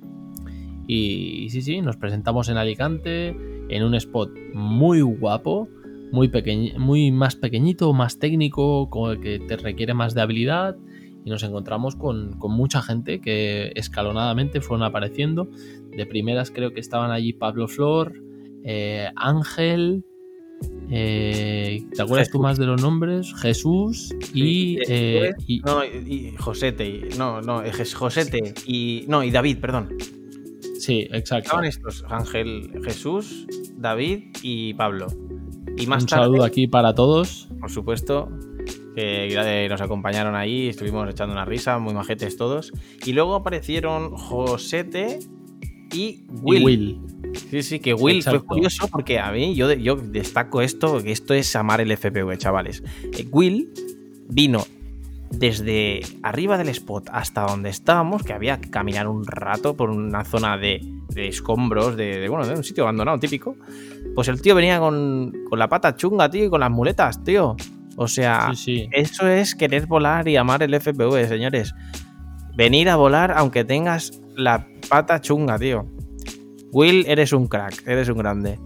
[SPEAKER 2] Y sí, nos presentamos en Alicante, en un spot muy guapo, muy más pequeñito, más técnico, con el que te requiere más de habilidad. Y nos encontramos con mucha gente que escalonadamente fueron apareciendo. De primeras creo que estaban allí Pablo Flor, Ángel... ¿te acuerdas tú más de los nombres? Jesús y
[SPEAKER 4] Josete. Josete y David, perdón.
[SPEAKER 2] Sí, exacto.
[SPEAKER 4] Estaban estos, Ángel, Jesús, David y Pablo. Y más
[SPEAKER 2] un
[SPEAKER 4] tarde,
[SPEAKER 2] saludo aquí para todos.
[SPEAKER 4] Por supuesto, que nos acompañaron ahí, estuvimos echando una risa, muy majetes todos. Y luego aparecieron Josete y Will. Sí, que Will
[SPEAKER 2] Exacto.
[SPEAKER 4] fue curioso porque a mí, yo destaco esto, que esto es amar el FPV, chavales. Will vino desde arriba del spot hasta donde estábamos, que había que caminar un rato por una zona de escombros, de un sitio abandonado típico. Pues el tío venía con la pata chunga, tío, y con las muletas, tío. O sea,
[SPEAKER 2] Sí.
[SPEAKER 4] Eso es querer volar y amar el FPV, señores. Venir a volar aunque tengas la pata chunga, tío. Will, eres un crack, eres un grande.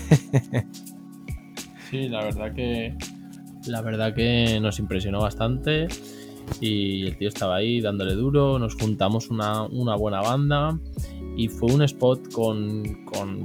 [SPEAKER 2] Sí, la verdad que nos impresionó bastante y el tío estaba ahí dándole duro, nos juntamos una buena banda y fue un spot con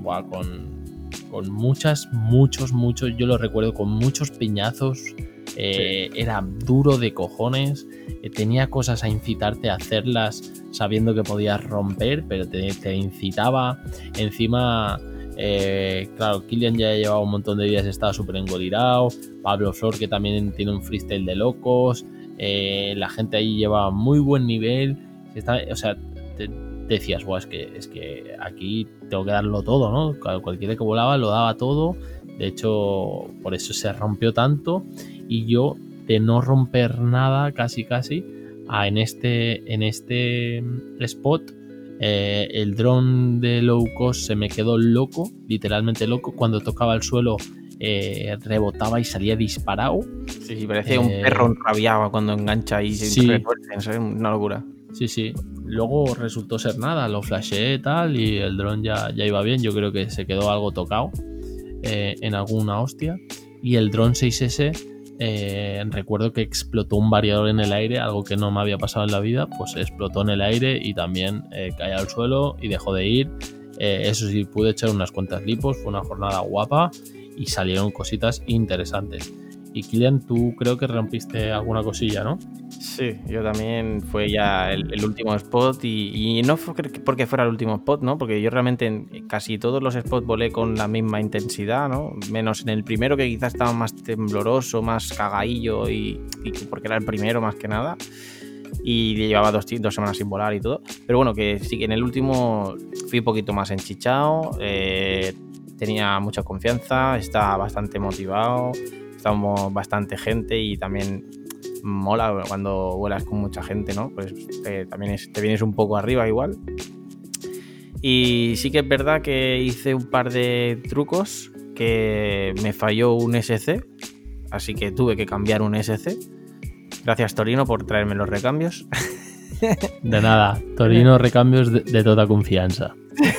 [SPEAKER 2] muchos, yo lo recuerdo, con muchos piñazos. Era duro de cojones, tenía cosas a incitarte a hacerlas sabiendo que podías romper, pero te incitaba. Encima, claro, Kilian ya llevaba un montón de días, estaba súper engolirado. Pablo Flor, que también tiene un freestyle de locos. La gente ahí llevaba muy buen nivel. O sea, te decías, es que aquí tengo que darlo todo, ¿no? Cualquiera que volaba lo daba todo. De hecho, por eso se rompió tanto. Y yo, de no romper nada, casi, en este spot, el dron de low cost se me quedó loco, literalmente loco. Cuando tocaba el suelo, rebotaba y salía disparado.
[SPEAKER 4] Sí, parecía un perro enrabiado cuando engancha y se retuerce, es una locura.
[SPEAKER 2] Sí. Luego resultó ser nada, lo flasheé y tal, y el dron ya iba bien. Yo creo que se quedó algo tocado en alguna hostia. Y el dron 6S, recuerdo que explotó un variador en el aire, algo que no me había pasado en la vida. Pues explotó en el aire y también cayó al suelo y dejó de ir. Eso sí, pude echar unas cuantas lipos, fue una jornada guapa y salieron cositas interesantes. Y Kilian, tú creo que rompiste alguna cosilla, ¿no?
[SPEAKER 4] Sí, yo también. Fue ya el último spot y no fue porque fuera el último spot, ¿no? Porque yo realmente en casi todos los spots volé con la misma intensidad, ¿no? Menos en el primero, que quizás estaba más tembloroso, más cagadillo y porque era el primero más que nada. Y llevaba 2 semanas sin volar y todo. Pero bueno, que sí, que en el último fui un poquito más enchichado, tenía mucha confianza, estaba bastante motivado, estábamos bastante gente y también mola cuando vuelas con mucha gente, ¿no? Pues también te vienes un poco arriba igual. Y sí que es verdad que hice un par de trucos que me falló un SC, así que tuve que cambiar un SC. Gracias, Torino, por traerme los recambios.
[SPEAKER 2] De nada, Torino, recambios de toda confianza.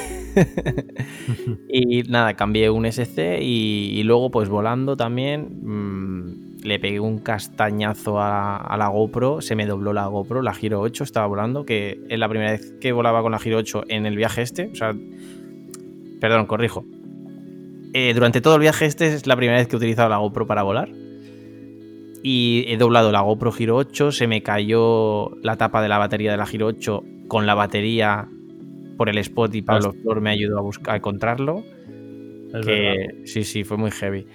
[SPEAKER 4] Y nada, cambié un SC y luego pues volando también le pegué un castañazo a la GoPro, se me dobló la GoPro, la Giro 8, estaba volando, que es la primera vez que volaba con la Giro 8 en el viaje este, o sea, perdón, corrijo. Durante todo el viaje este es la primera vez que he utilizado la GoPro para volar. Y he doblado la GoPro Giro 8, se me cayó la tapa de la batería de la Giro 8 con la batería por el spot y Pablo Flor me ayudó a encontrarlo. Sí, fue muy heavy.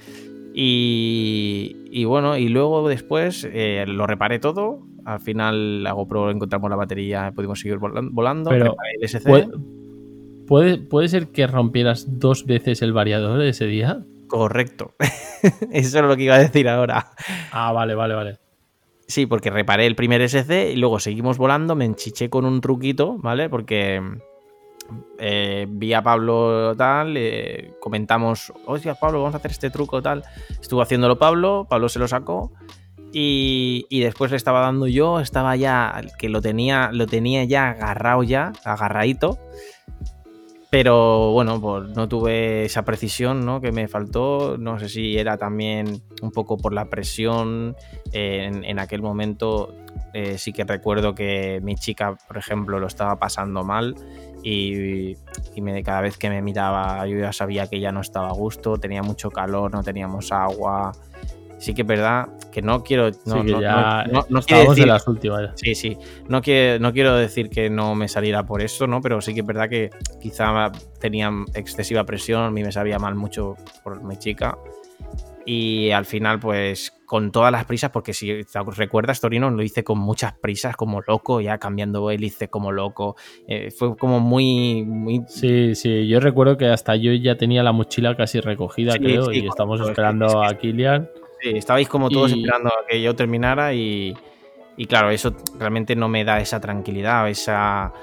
[SPEAKER 4] Y bueno, y luego después lo reparé todo. Al final la GoPro encontramos la batería y pudimos seguir volando.
[SPEAKER 2] Pero
[SPEAKER 4] el SC.
[SPEAKER 2] ¿puede ser que rompieras 2 veces el variador ese día?
[SPEAKER 4] Correcto. Eso es lo que iba a decir ahora.
[SPEAKER 2] Ah, vale.
[SPEAKER 4] Sí, porque reparé el primer SC y luego seguimos volando, me enchiché con un truquito, ¿vale? Porque vi a Pablo tal, comentamos, hostia, Pablo, vamos a hacer este truco tal. Estuvo haciéndolo Pablo se lo sacó y después le estaba dando yo, estaba ya, que lo tenía ya agarradito. Pero bueno, pues no tuve esa precisión, ¿no? Que me faltó. No sé si era también un poco por la presión. En aquel momento sí que recuerdo que mi chica, por ejemplo, lo estaba pasando mal y cada vez que me miraba yo ya sabía que ya no estaba a gusto, tenía mucho calor, no teníamos agua. Sí que es verdad que no quiero... No quiere decir,
[SPEAKER 2] en las últimas.
[SPEAKER 4] Sí. No quiero decir que no me saliera por eso, ¿no? Pero sí que es verdad que quizá tenía excesiva presión, a mí me sabía mal mucho por mi chica. Y al final, pues, con todas las prisas, porque si te recuerdas, Torino lo hice con muchas prisas, como loco, ya cambiando hélice como loco. Fue como muy...
[SPEAKER 2] Sí, yo recuerdo que hasta yo ya tenía la mochila casi recogida, creo, y estamos esperando a Kilian.
[SPEAKER 4] Sí, estabais como todos esperando a que yo terminara y claro, eso realmente no me da esa tranquilidad, esa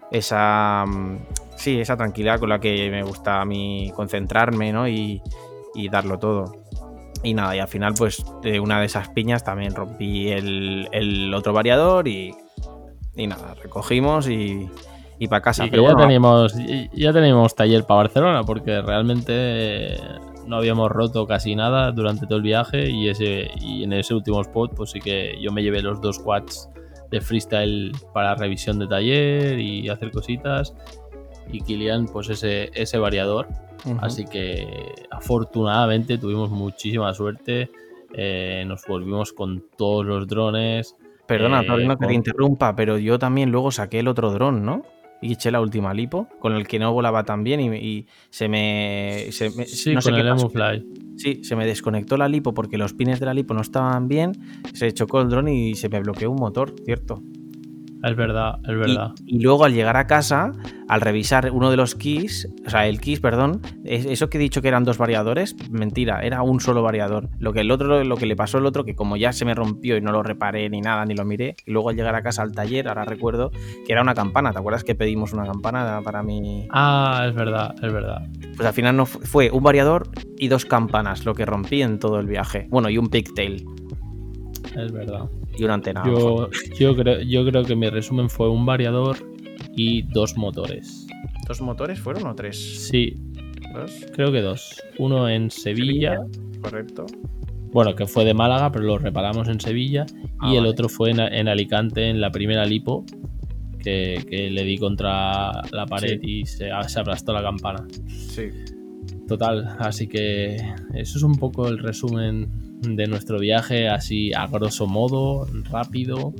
[SPEAKER 4] tranquilidad con la que me gusta a mí concentrarme, ¿no? Y darlo todo. Y nada, y al final pues de una de esas piñas también rompí el otro variador y nada, recogimos y para casa.
[SPEAKER 2] Y que ya teníamos taller para Barcelona, porque realmente no habíamos roto casi nada durante todo el viaje y en ese último spot pues sí que yo me llevé los 2 quads de freestyle para revisión de taller y hacer cositas, y Kilian pues ese variador. Así que afortunadamente tuvimos muchísima suerte, nos volvimos con todos los drones.
[SPEAKER 4] Perdona, no que te interrumpa, pero yo también luego saqué el otro dron, ¿no? Y eché la última lipo, con el que no volaba tan bien y se me
[SPEAKER 2] sí,
[SPEAKER 4] no sé
[SPEAKER 2] con
[SPEAKER 4] qué
[SPEAKER 2] el
[SPEAKER 4] pasó.
[SPEAKER 2] Emufly.
[SPEAKER 4] Sí, se me desconectó la lipo porque los pines de la lipo no estaban bien, se chocó el dron y se me bloqueó un motor, ¿cierto?
[SPEAKER 2] Es verdad.
[SPEAKER 4] Y luego al llegar a casa, al revisar uno de los keys, o sea, el keys, perdón, eso que he dicho que eran 2 variadores, mentira, era un solo variador. Lo que le pasó al otro, que como ya se me rompió y no lo reparé ni nada, ni lo miré, y luego al llegar a casa al taller, ahora recuerdo que era una campana. ¿Te acuerdas que pedimos una campana para mí?
[SPEAKER 2] Ah, es verdad.
[SPEAKER 4] Pues al final no fue un variador y 2 campanas lo que rompí en todo el viaje. Bueno, y un pigtail.
[SPEAKER 2] Es verdad.
[SPEAKER 4] Y una antena.
[SPEAKER 2] Yo creo que mi resumen fue un variador y 2 motores.
[SPEAKER 4] ¿2 motores fueron o 3?
[SPEAKER 2] Sí.
[SPEAKER 4] ¿2?
[SPEAKER 2] Creo que 2. Uno en Sevilla.
[SPEAKER 4] Correcto.
[SPEAKER 2] Bueno, que fue de Málaga, pero lo reparamos en Sevilla. Y el otro fue en Alicante, en la primera lipo, que le di contra la pared y se aplastó la campana.
[SPEAKER 4] Sí.
[SPEAKER 2] Total, así que eso es un poco el resumen de nuestro viaje, así a grosso modo, rápido.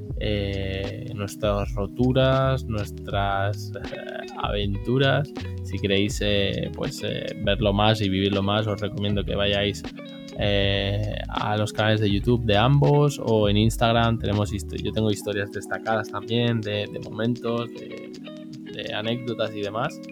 [SPEAKER 2] Nuestras roturas, nuestras aventuras. Si queréis verlo más y vivirlo más, os recomiendo que vayáis a los canales de YouTube de ambos, o en Instagram yo tengo historias destacadas también de momentos, de anécdotas y demás.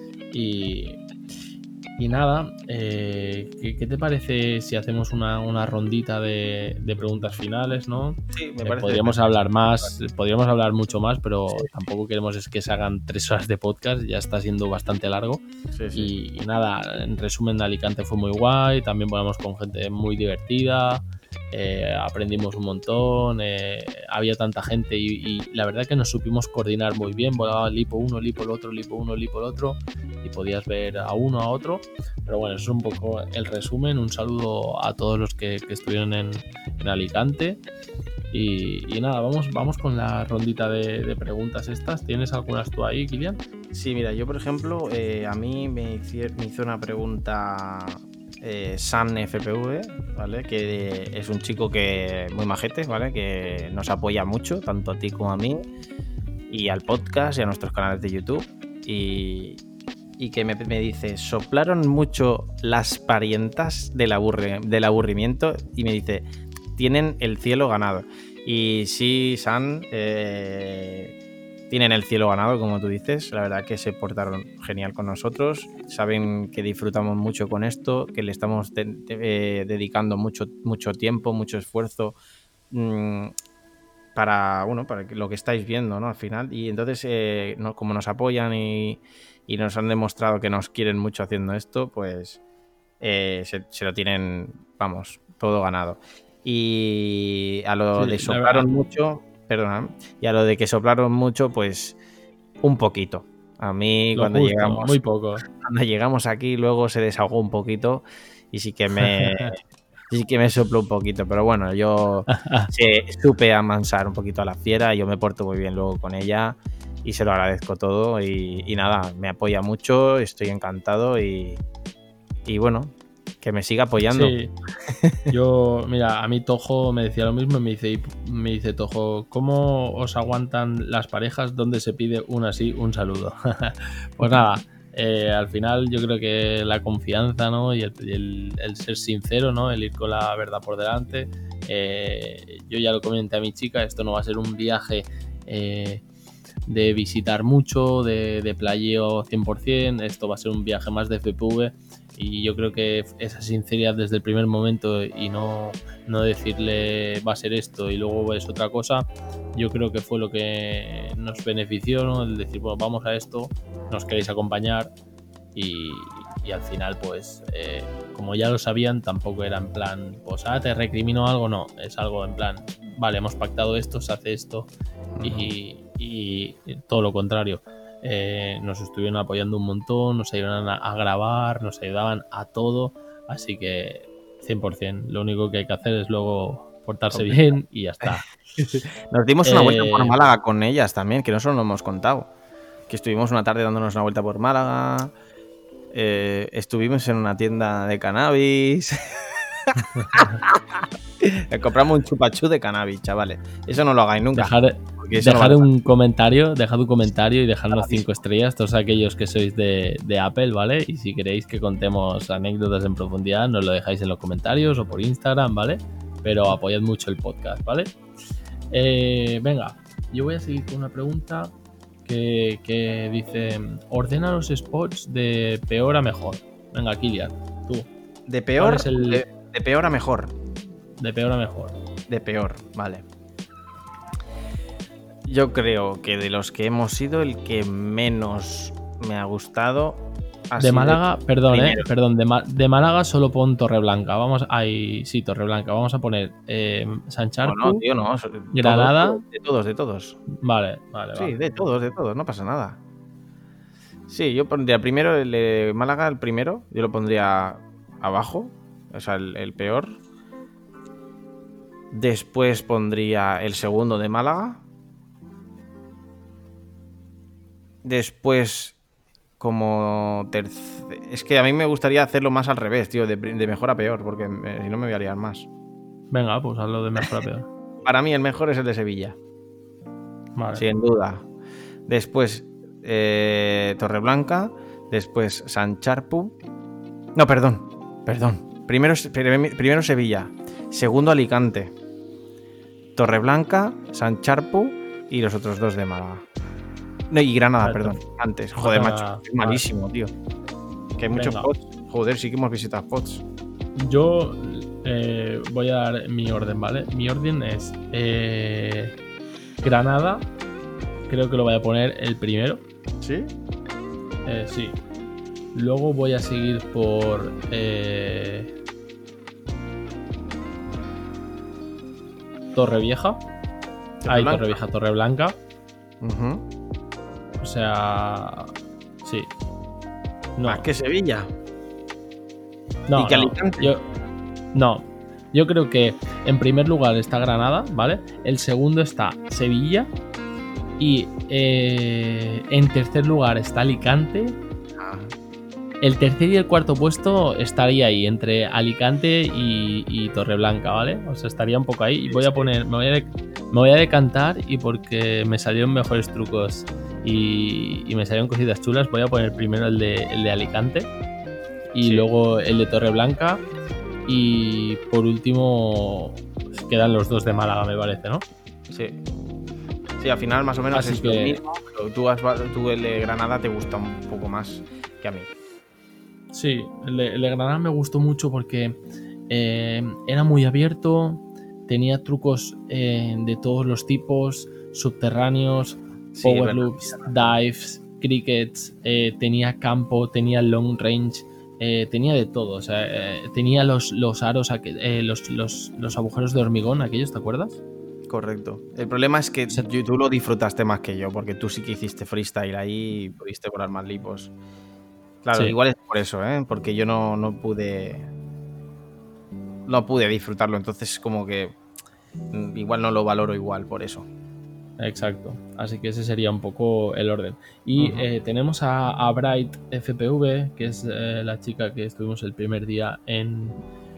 [SPEAKER 2] Y nada, ¿qué te parece si hacemos una rondita de preguntas finales, ¿no?
[SPEAKER 4] Sí, me parece.
[SPEAKER 2] Podríamos hablar mucho más, pero tampoco queremos es que se hagan 3 horas de podcast, ya está siendo bastante largo. Sí. Y nada, en resumen, Alicante fue muy guay, también volamos con gente muy divertida, aprendimos un montón, había tanta gente y la verdad que nos supimos coordinar muy bien, volaba lipo uno, lipo el otro, lipo uno, lipo el otro, y podías ver a uno, a otro. Pero bueno, eso es un poco el resumen. Un saludo a todos los que estuvieron en Alicante. Y nada, vamos con la rondita de preguntas estas. ¿Tienes algunas tú ahí, Kilian?
[SPEAKER 4] Sí, mira, yo por ejemplo, a mí me hizo una pregunta San FPV, ¿vale? Que es un chico que muy majete, ¿vale? Que nos apoya mucho, tanto a ti como a mí, y al podcast y a nuestros canales de YouTube. Y que me dice, soplaron mucho las parientas del aburrimiento, y me dice, tienen el cielo ganado. Y sí, San, tienen el cielo ganado, como tú dices. La verdad que se portaron genial con nosotros, saben que disfrutamos mucho con esto, que le estamos dedicando mucho tiempo, mucho esfuerzo para lo que estáis viendo, ¿no? Al final. Y entonces, como nos apoyan y nos han demostrado que nos quieren mucho haciendo esto, pues se lo tienen, vamos, todo ganado. Y a lo de soplaron mucho, perdona, y a lo de que soplaron mucho, pues un poquito. A mí cuando llegamos,
[SPEAKER 2] muy poco.
[SPEAKER 4] Cuando llegamos aquí, luego se desahogó un poquito y sí que me sopló un poquito, pero bueno, yo supe amansar un poquito a la fiera, yo me porto muy bien luego con ella y se lo agradezco todo y nada, me apoya mucho, estoy encantado y bueno, que me siga apoyando.
[SPEAKER 2] Sí. Mira, a mí Tojo me decía lo mismo y me dice Tojo, ¿cómo os aguantan las parejas donde se pide un saludo? Pues nada, Al final yo creo que la confianza, ¿no? Y el ser sincero, ¿no? El ir con la verdad por delante. Yo ya lo comenté a mi chica, esto no va a ser un viaje de visitar mucho, de playeo 100%, esto va a ser un viaje más de FPV, y yo creo que esa sinceridad desde el primer momento y no decirle va a ser esto y luego es otra cosa, yo creo que fue lo que nos benefició, ¿no? El decir, bueno, vamos a esto, nos queréis acompañar, y al final pues como ya lo sabían, tampoco era en plan pues te recrimino algo, no, es algo en plan vale, hemos pactado esto, se hace esto, y todo lo contrario, nos estuvieron apoyando un montón, nos ayudaron a grabar, nos ayudaban a todo, así que 100%, lo único que hay que hacer es luego portarse bien y ya está.
[SPEAKER 4] Nos dimos una vuelta por Málaga con ellas también, que no solo lo hemos contado, que estuvimos una tarde dándonos una vuelta por Málaga, estuvimos en una tienda de cannabis. Compramos un chupachú de cannabis, chavales. Eso no lo hagáis nunca.
[SPEAKER 2] Dejad un comentario y dejadnos 5 estrellas, todos aquellos que sois de Apple, ¿vale? Y si queréis que contemos anécdotas en profundidad, nos lo dejáis en los comentarios o por Instagram, ¿vale? Pero apoyad mucho el podcast, ¿vale? Venga, yo voy a seguir con una pregunta que dice: ordena los spots de peor a mejor. Venga, Kilian, tú.
[SPEAKER 4] ¿De peor? De peor a mejor.
[SPEAKER 2] De peor a mejor.
[SPEAKER 4] De peor, vale. Yo creo que de los que hemos ido, el que menos me ha gustado ha
[SPEAKER 2] de Málaga, perdón, de Málaga solo pon Torreblanca. Torreblanca. Vamos a poner Sancharpu,
[SPEAKER 4] no, tío, no.
[SPEAKER 2] Granada.
[SPEAKER 4] De todos.
[SPEAKER 2] Vale.
[SPEAKER 4] Sí, de todos, no pasa nada. Sí, yo pondría primero el de Málaga, el primero. Yo lo pondría abajo, o sea, el peor. Después pondría el segundo de Málaga. Después, como es que a mí me gustaría hacerlo más al revés, tío, de mejor a peor, porque si no me voy a liar más.
[SPEAKER 2] Venga, pues hazlo de mejor a peor.
[SPEAKER 4] Para mí el mejor es el de Sevilla.
[SPEAKER 2] Vale.
[SPEAKER 4] Sin duda. Después Torreblanca. Después Sancharpu. No, perdón. Primero Sevilla. Segundo Alicante. Torreblanca, Sancharpu y los otros dos de Málaga. No, y Granada, perdón. Antes. Joder, macho. Es malísimo, tío. Que hay muchos spots. Joder, sí que hemos visitado spots.
[SPEAKER 2] Yo voy a dar mi orden, ¿vale? Mi orden es Granada. Creo que lo voy a poner el primero.
[SPEAKER 4] ¿Sí?
[SPEAKER 2] Sí. Luego voy a seguir por Torrevieja. Torrevieja, Torreblanca. O sea, sí. No.
[SPEAKER 4] ¿Más que Sevilla?
[SPEAKER 2] No,
[SPEAKER 4] ¿Y que Alicante?
[SPEAKER 2] Yo creo que en primer lugar está Granada, ¿vale? El segundo está Sevilla. Y en tercer lugar está Alicante. El tercer y el cuarto puesto estaría ahí, entre Alicante y Torreblanca, ¿vale? O sea, estaría un poco ahí. Y voy a poner, me voy a decantar, y porque me salieron mejores trucos y me salieron cositas chulas, voy a poner primero el de Alicante y luego el de Torreblanca, y por último pues quedan los dos de Málaga, me parece, ¿no?
[SPEAKER 4] Sí. Sí, al final más o menos es lo mismo, pero tú el de Granada te gusta un poco más que a mí.
[SPEAKER 2] Sí, el de Granada me gustó mucho porque era muy abierto, tenía trucos de todos los tipos, subterráneos, power loops, dives, crickets, tenía campo, tenía long range, tenía de todo. O sea, tenía los aros, los agujeros de hormigón, aquellos, ¿te acuerdas?
[SPEAKER 4] Correcto. El problema es que tú lo disfrutaste más que yo, porque tú sí que hiciste freestyle ahí y pudiste volar más lipos. Claro, sí. Igual es por eso, porque yo no pude disfrutarlo, entonces como que igual no lo valoro igual por eso.
[SPEAKER 2] Exacto, así que ese sería un poco el orden. Y tenemos a Bright FPV, que es la chica que estuvimos el primer día en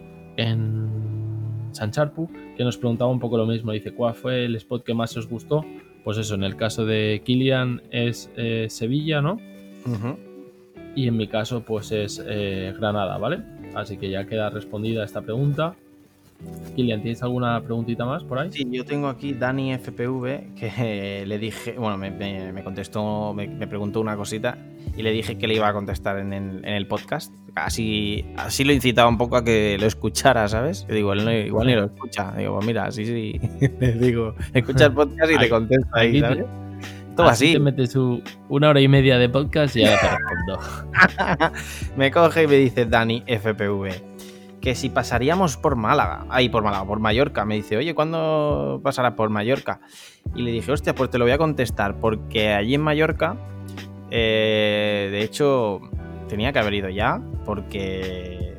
[SPEAKER 2] Sancharpu, que nos preguntaba un poco lo mismo. Dice, ¿cuál fue el spot que más os gustó? Pues eso, en el caso de Kilian es Sevilla, ¿no? Y en mi caso, pues es Granada, ¿vale? Así que ya queda respondida esta pregunta. Kilian, ¿tienes alguna preguntita más por ahí?
[SPEAKER 4] Sí, yo tengo aquí Dani FPV, que le dije, bueno, me contestó, me preguntó una cosita y le dije que le iba a contestar en el podcast. Así lo incitaba un poco a que lo escuchara, ¿sabes? Yo digo, él no, igual ni lo escucha. Digo, pues mira, sí. Le digo, escucha el podcast y te contesto ahí, ¿sabes? Todo así.
[SPEAKER 2] Te metes 1 hora y media de podcast y ahora te respondo.
[SPEAKER 4] Me coge y me dice Dani FPV que si pasaríamos por Mallorca. Me dice, oye, ¿cuándo pasarás por Mallorca? Y le dije, hostia, pues te lo voy a contestar, porque allí en Mallorca, de hecho, tenía que haber ido ya, porque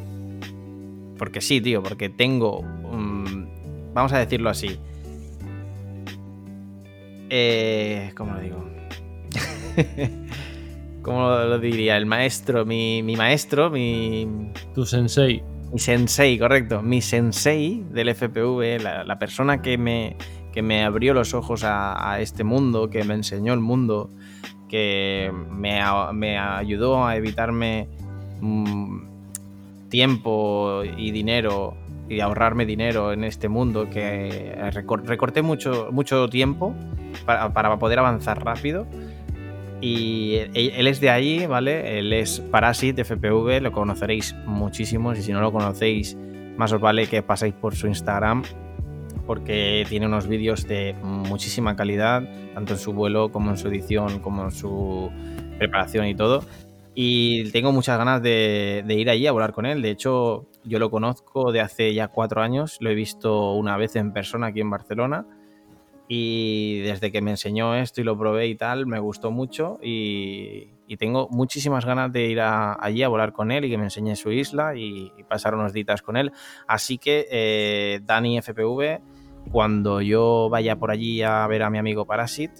[SPEAKER 4] sí, tío, porque tengo, vamos a decirlo así, ¿cómo lo digo? ¿Cómo lo diría? El maestro, mi maestro,
[SPEAKER 2] tu sensei.
[SPEAKER 4] Mi sensei, correcto. Mi sensei del FPV, la persona que me abrió los ojos a este mundo, que me enseñó el mundo, que me ayudó a evitarme tiempo y dinero y ahorrarme dinero en este mundo, que recorté mucho tiempo para poder avanzar rápido. Y él es de ahí, ¿vale? Él es Parasit FPV, lo conoceréis muchísimos y si no lo conocéis, más os vale que paséis por su Instagram porque tiene unos vídeos de muchísima calidad, tanto en su vuelo como en su edición, como en su preparación y todo. Y tengo muchas ganas de ir allí a volar con él. De hecho, yo lo conozco de hace ya 4 años, lo he visto una vez en persona aquí en Barcelona. Y desde que me enseñó esto y lo probé y tal, me gustó mucho y tengo muchísimas ganas de ir allí a volar con él y que me enseñe su isla y pasar unos días con él. Así que, Dani FPV, cuando yo vaya por allí a ver a mi amigo Parasit,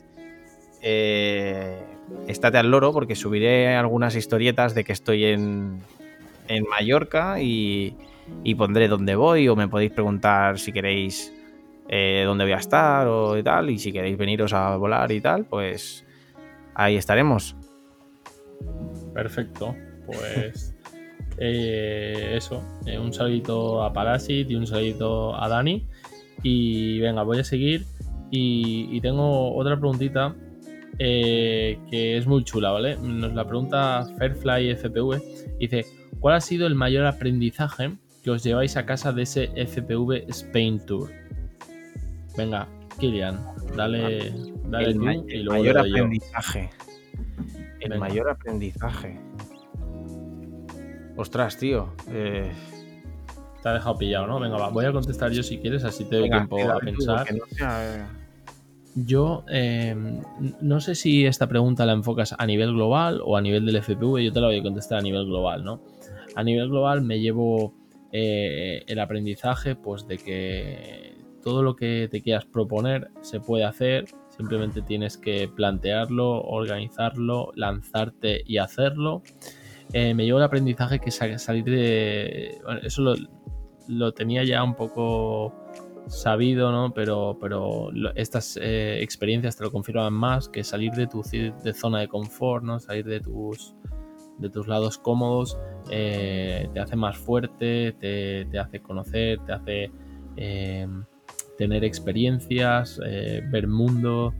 [SPEAKER 4] estate al loro porque subiré algunas historietas de que estoy en Mallorca y pondré dónde voy o me podéis preguntar si queréis dónde voy a estar o y tal, y si queréis veniros a volar y tal, pues ahí estaremos.
[SPEAKER 2] Perfecto, pues eso, un saludito a Parasit y un saludito a Dani y venga, voy a seguir y tengo otra preguntita que es muy chula, ¿vale? Nos la pregunta Fairfly FPV, dice, ¿cuál ha sido el mayor aprendizaje que os lleváis a casa de ese FPV Spain Tour? Venga, Kilian, dale tú y luego
[SPEAKER 4] mayor
[SPEAKER 2] le doy
[SPEAKER 4] aprendizaje.
[SPEAKER 2] Venga.
[SPEAKER 4] Mayor aprendizaje. Ostras, tío.
[SPEAKER 2] Te ha dejado pillado, ¿no? Venga, va, voy a contestar yo si quieres, así te doy tiempo a pensar. Yo no sé si esta pregunta la enfocas a nivel global o a nivel del FPV, yo te la voy a contestar a nivel global, ¿no? A nivel global me llevo el aprendizaje, pues de que todo lo que te quieras proponer se puede hacer, simplemente tienes que plantearlo, organizarlo, lanzarte y hacerlo. Me llevo el aprendizaje que salir de... Bueno, eso lo tenía ya un poco sabido, ¿no? Pero estas experiencias te lo confirman más, que salir de tu zona de confort, ¿no? Salir de tus lados cómodos te hace más fuerte, te hace conocer, te hace tener experiencias, ver mundo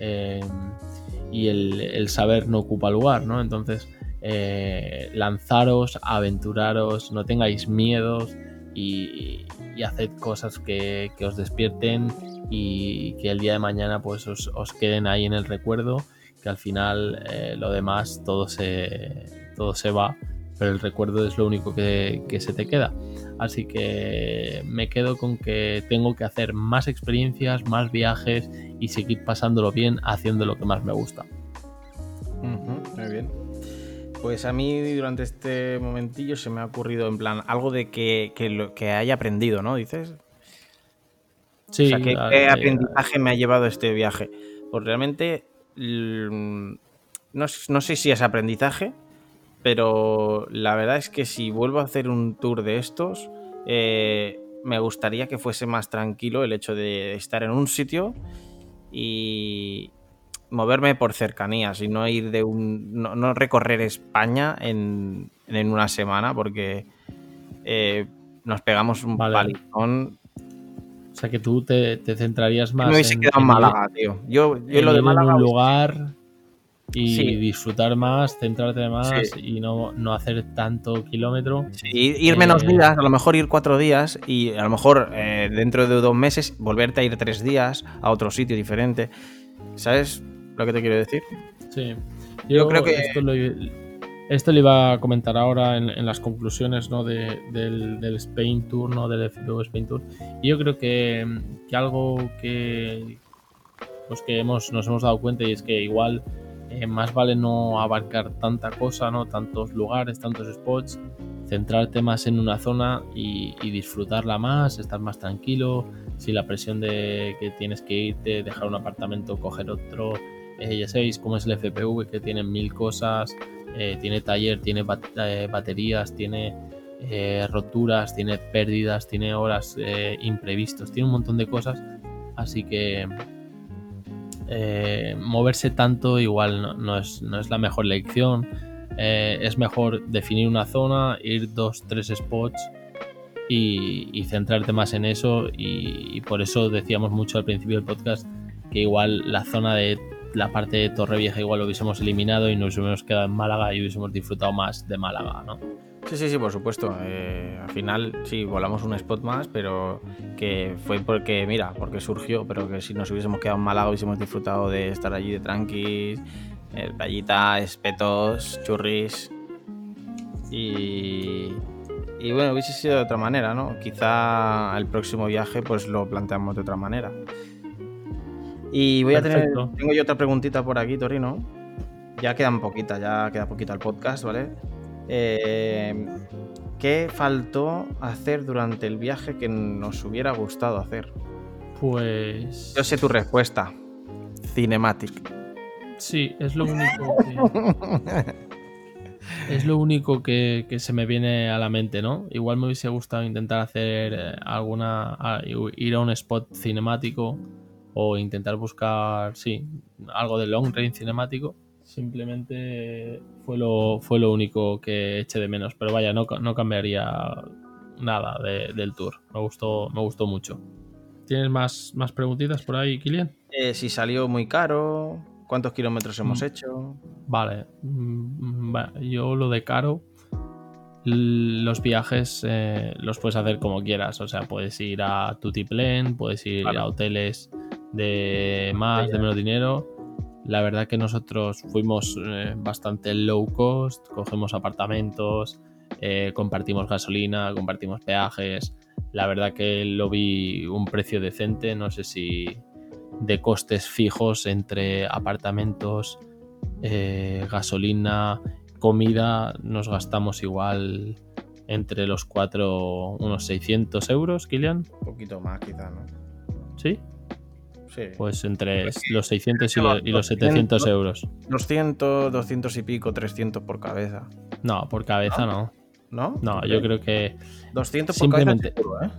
[SPEAKER 2] y el saber no ocupa lugar, ¿no? Entonces lanzaros, aventuraros, no tengáis miedos y haced cosas que os despierten y que el día de mañana pues os queden ahí en el recuerdo, que al final lo demás todo se va, pero el recuerdo es lo único que se te queda. Así que me quedo con que tengo que hacer más experiencias, más viajes y seguir pasándolo bien haciendo lo que más me gusta.
[SPEAKER 4] Muy bien. Pues a mí durante este momentillo se me ha ocurrido en plan algo de que haya aprendido, ¿no? Dices.
[SPEAKER 2] Sí.
[SPEAKER 4] O sea, ¿qué aprendizaje me ha llevado este viaje? Pues realmente no sé si es aprendizaje, pero la verdad es que si vuelvo a hacer un tour de estos, me gustaría que fuese más tranquilo el hecho de estar en un sitio y moverme por cercanías y no ir no recorrer España en una semana, porque nos pegamos un palizón.
[SPEAKER 2] O sea que tú te centrarías más
[SPEAKER 4] me hubiese quedado en Málaga, tío. Yo
[SPEAKER 2] en
[SPEAKER 4] lo de
[SPEAKER 2] ir
[SPEAKER 4] Málaga
[SPEAKER 2] en un lugar y
[SPEAKER 4] sí,
[SPEAKER 2] disfrutar más, centrarte más
[SPEAKER 4] sí.
[SPEAKER 2] y no hacer tanto kilómetro.
[SPEAKER 4] Sí, ir menos días, a lo mejor ir 4 días y a lo mejor dentro de 2 meses volverte a ir 3 días a otro sitio diferente. ¿Sabes lo que te quiero decir?
[SPEAKER 2] Sí.
[SPEAKER 4] Yo creo que
[SPEAKER 2] Esto lo iba a comentar ahora en las conclusiones, ¿no? del Spain Tour, ¿no? Del FPV Spain Tour. Y yo creo que algo que nos hemos dado cuenta, y es que igual más vale no abarcar tanta cosa, ¿no? Tantos lugares, tantos spots, centrarte más en una zona y disfrutarla más, estar más tranquilo. Si la presión de que tienes que irte, dejar un apartamento, coger otro, ya sabéis cómo es el FPV, que tiene 1000 cosas, tiene taller, tiene baterías, tiene roturas, tiene pérdidas, tiene horas imprevistos, tiene un montón de cosas, así que moverse tanto igual no es la mejor lección. Es mejor definir una zona, ir 2-3 spots y centrarte más en eso, y por eso decíamos mucho al principio del podcast que igual la zona de la parte de Torrevieja igual lo hubiésemos eliminado y nos hubiésemos quedado en Málaga y hubiésemos disfrutado más de Málaga, ¿no?
[SPEAKER 4] Sí, por supuesto. Al final sí, volamos un spot más, pero que fue porque surgió, pero que si nos hubiésemos quedado en Málaga hubiésemos disfrutado de estar allí de tranquis, playita, espetos, churris y bueno, hubiese sido de otra manera, ¿no? Quizá el próximo viaje pues lo planteamos de otra manera. Y tengo yo otra preguntita por aquí, Torino. Ya queda poquito el podcast, ¿vale? ¿Qué faltó hacer durante el viaje que nos hubiera gustado hacer?
[SPEAKER 2] Pues...
[SPEAKER 4] Yo sé tu respuesta. Cinematic.
[SPEAKER 2] Sí, es lo único que... es lo único que se me viene a la mente, ¿no? Igual me hubiese gustado intentar hacer ir a un spot cinemático o intentar buscar, sí, algo de long range cinemático. Simplemente fue lo único que eché de menos. Pero vaya, no cambiaría nada del tour. Me gustó mucho. ¿Tienes más preguntitas por ahí, Kilian?
[SPEAKER 4] Si salió muy caro, ¿cuántos kilómetros hemos hecho?
[SPEAKER 2] Vale, yo lo de caro, los viajes los puedes hacer como quieras. O sea, puedes ir a Tutiplén, puedes ir a hoteles de menos dinero. La verdad que nosotros fuimos bastante low cost, cogemos apartamentos, compartimos gasolina, compartimos peajes. La verdad que lo vi un precio decente, no sé si de costes fijos entre apartamentos, gasolina, comida, nos gastamos igual entre los 4 unos 600 euros, Kilian.
[SPEAKER 4] Un poquito más quizá, ¿no?
[SPEAKER 2] ¿Sí?
[SPEAKER 4] Sí.
[SPEAKER 2] Pues entre los 600 y los 700 euros.
[SPEAKER 4] 200 y pico, 300 por cabeza.
[SPEAKER 2] No, por cabeza no.
[SPEAKER 4] ¿No?
[SPEAKER 2] No, yo creo que
[SPEAKER 4] 200 por
[SPEAKER 2] simplemente...
[SPEAKER 4] cabeza seguro, ¿eh?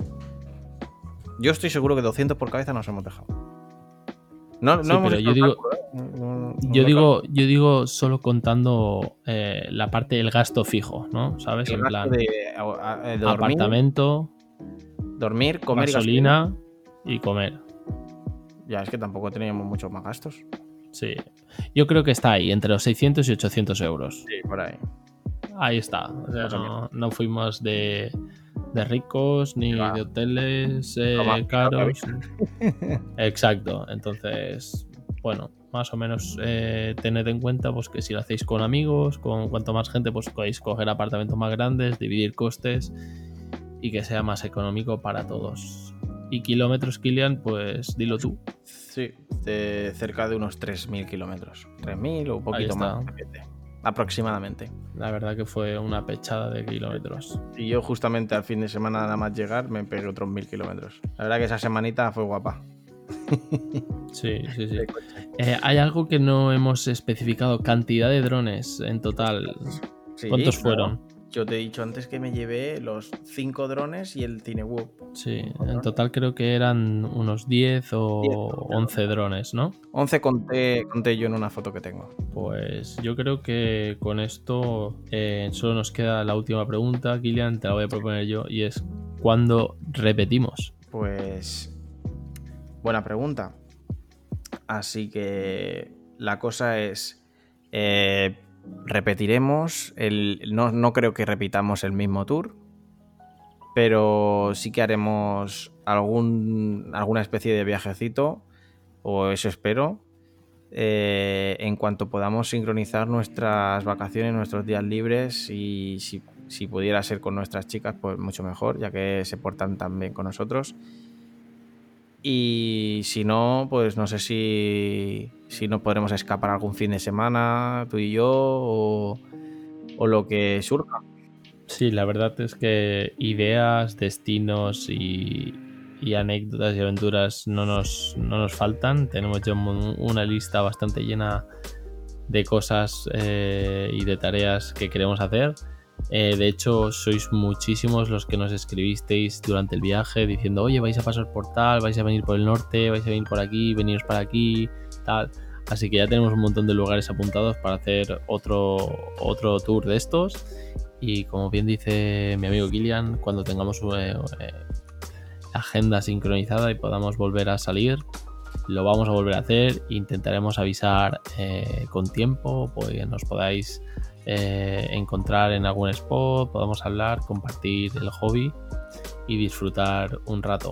[SPEAKER 4] Yo estoy seguro que 200 por cabeza nos hemos dejado. No,
[SPEAKER 2] sí,
[SPEAKER 4] no
[SPEAKER 2] pero yo digo solo contando la parte del gasto fijo, ¿no? ¿Sabes? En plan,
[SPEAKER 4] de
[SPEAKER 2] apartamento,
[SPEAKER 4] dormir, comer,
[SPEAKER 2] gasolina y comer.
[SPEAKER 4] Ya, es que tampoco teníamos muchos más gastos.
[SPEAKER 2] Sí. Yo creo que está ahí, entre los 600 y 800 euros.
[SPEAKER 4] Sí, por ahí.
[SPEAKER 2] Ahí está. O sea, no fuimos de ricos ni de hoteles caros. Exacto. Entonces, bueno, más o menos tened en cuenta pues que si lo hacéis con amigos, con cuanto más gente, pues podéis coger apartamentos más grandes, dividir costes y que sea más económico para todos. Y kilómetros, Kilian, pues dilo tú.
[SPEAKER 4] Sí, de cerca de unos 3.000 kilómetros. 3.000 o un poquito más. Aproximadamente.
[SPEAKER 2] La verdad que fue una pechada de kilómetros.
[SPEAKER 4] Y yo justamente al fin de semana nada más llegar me pegué otros 1.000 kilómetros. La verdad que esa semanita fue guapa.
[SPEAKER 2] Sí. Hay algo que no hemos especificado. Cantidad de drones en total. Sí, ¿cuántos fueron?
[SPEAKER 4] Yo te he dicho antes que me llevé los 5 drones y el Cinewhoop.
[SPEAKER 2] Sí, en total creo que eran unos 10 o 11 drones, ¿no?
[SPEAKER 4] 11 conté yo en una foto que tengo.
[SPEAKER 2] Pues yo creo que con esto solo nos queda la última pregunta, Kilian, te la voy a proponer yo, y es ¿cuándo repetimos?
[SPEAKER 4] Pues buena pregunta. Así que la cosa es, repetiremos, no creo que repitamos el mismo tour, pero sí que haremos alguna especie de viajecito, o eso espero, en cuanto podamos sincronizar nuestras vacaciones, nuestros días libres, y si pudiera ser con nuestras chicas, pues mucho mejor, ya que se portan tan bien con nosotros. Y si no, pues no sé si nos podremos escapar algún fin de semana, tú y yo, o lo que surja.
[SPEAKER 2] Sí, la verdad es que ideas, destinos y anécdotas y aventuras no nos faltan. Tenemos ya una lista bastante llena de cosas y de tareas que queremos hacer. De hecho, sois muchísimos los que nos escribisteis durante el viaje diciendo, oye, vais a pasar por tal, vais a venir por el norte, vais a venir por aquí, veniros para aquí, tal. Así que ya tenemos un montón de lugares apuntados para hacer otro tour de estos. Y como bien dice mi amigo Kilian, cuando tengamos agenda sincronizada y podamos volver a salir, lo vamos a volver a hacer. Intentaremos avisar con tiempo, pues que nos podáis encontrar en algún spot, podamos hablar, compartir el hobby y disfrutar un rato.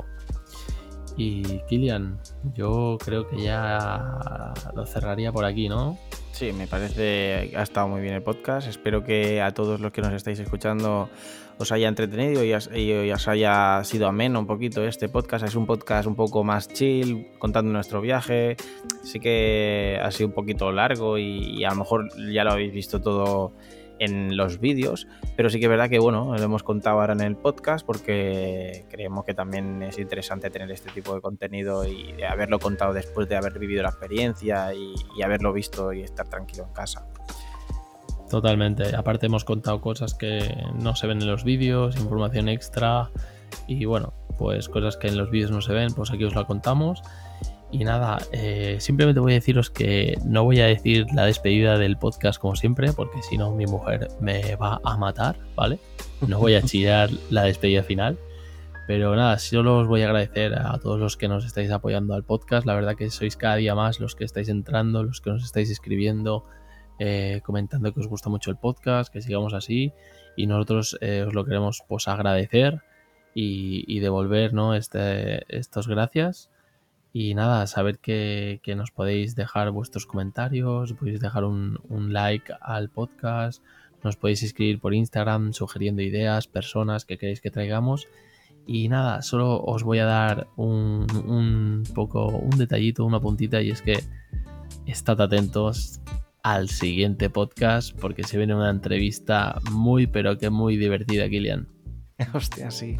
[SPEAKER 2] Y Kilian, yo creo que ya lo cerraría por aquí, ¿no?
[SPEAKER 4] Sí, me parece que ha estado muy bien el podcast. Espero que a todos los que nos estáis escuchando os haya entretenido y os haya sido ameno un poquito este podcast. Es un podcast un poco más chill, contando nuestro viaje. Sí que ha sido un poquito largo y a lo mejor ya lo habéis visto todo en los vídeos, pero sí que es verdad que bueno, lo hemos contado ahora en el podcast porque creemos que también es interesante tener este tipo de contenido y de haberlo contado después de haber vivido la experiencia y haberlo visto y estar tranquilo en casa.
[SPEAKER 2] Totalmente, aparte hemos contado cosas que no se ven en los vídeos, información extra y bueno, pues cosas que en los vídeos no se ven, pues aquí os la contamos. Y nada, simplemente voy a deciros que no voy a decir la despedida del podcast como siempre, porque si no mi mujer me va a matar, ¿vale? No voy a chillar la despedida final. Pero nada, solo os voy a agradecer a todos los que nos estáis apoyando al podcast. La verdad que sois cada día más los que estáis entrando, los que nos estáis escribiendo, comentando que os gusta mucho el podcast, que sigamos así. Y nosotros os lo queremos pues agradecer y devolver, ¿no? Estos gracias. Y nada, saber que nos podéis dejar vuestros comentarios, podéis dejar un like al podcast, nos podéis escribir por Instagram sugiriendo ideas, personas que queréis que traigamos. Y nada, solo os voy a dar un detallito, una puntita, y es que estad atentos al siguiente podcast porque se viene una entrevista muy pero que muy divertida, Kilian.
[SPEAKER 4] Hostia, sí.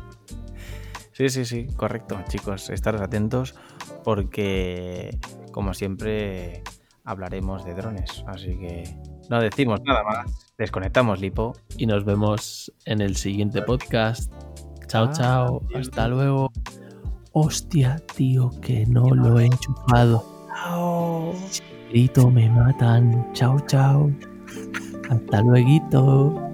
[SPEAKER 4] Sí, correcto, chicos, estaros atentos porque, como siempre, hablaremos de drones, así que no decimos nada más, desconectamos, Lipo.
[SPEAKER 2] Y nos vemos en el siguiente podcast. Chao, chao, hasta luego. Hostia, tío, que no lo he enchufado.
[SPEAKER 4] Chao.
[SPEAKER 2] Grito, me matan. Chao, chao. Hasta luego.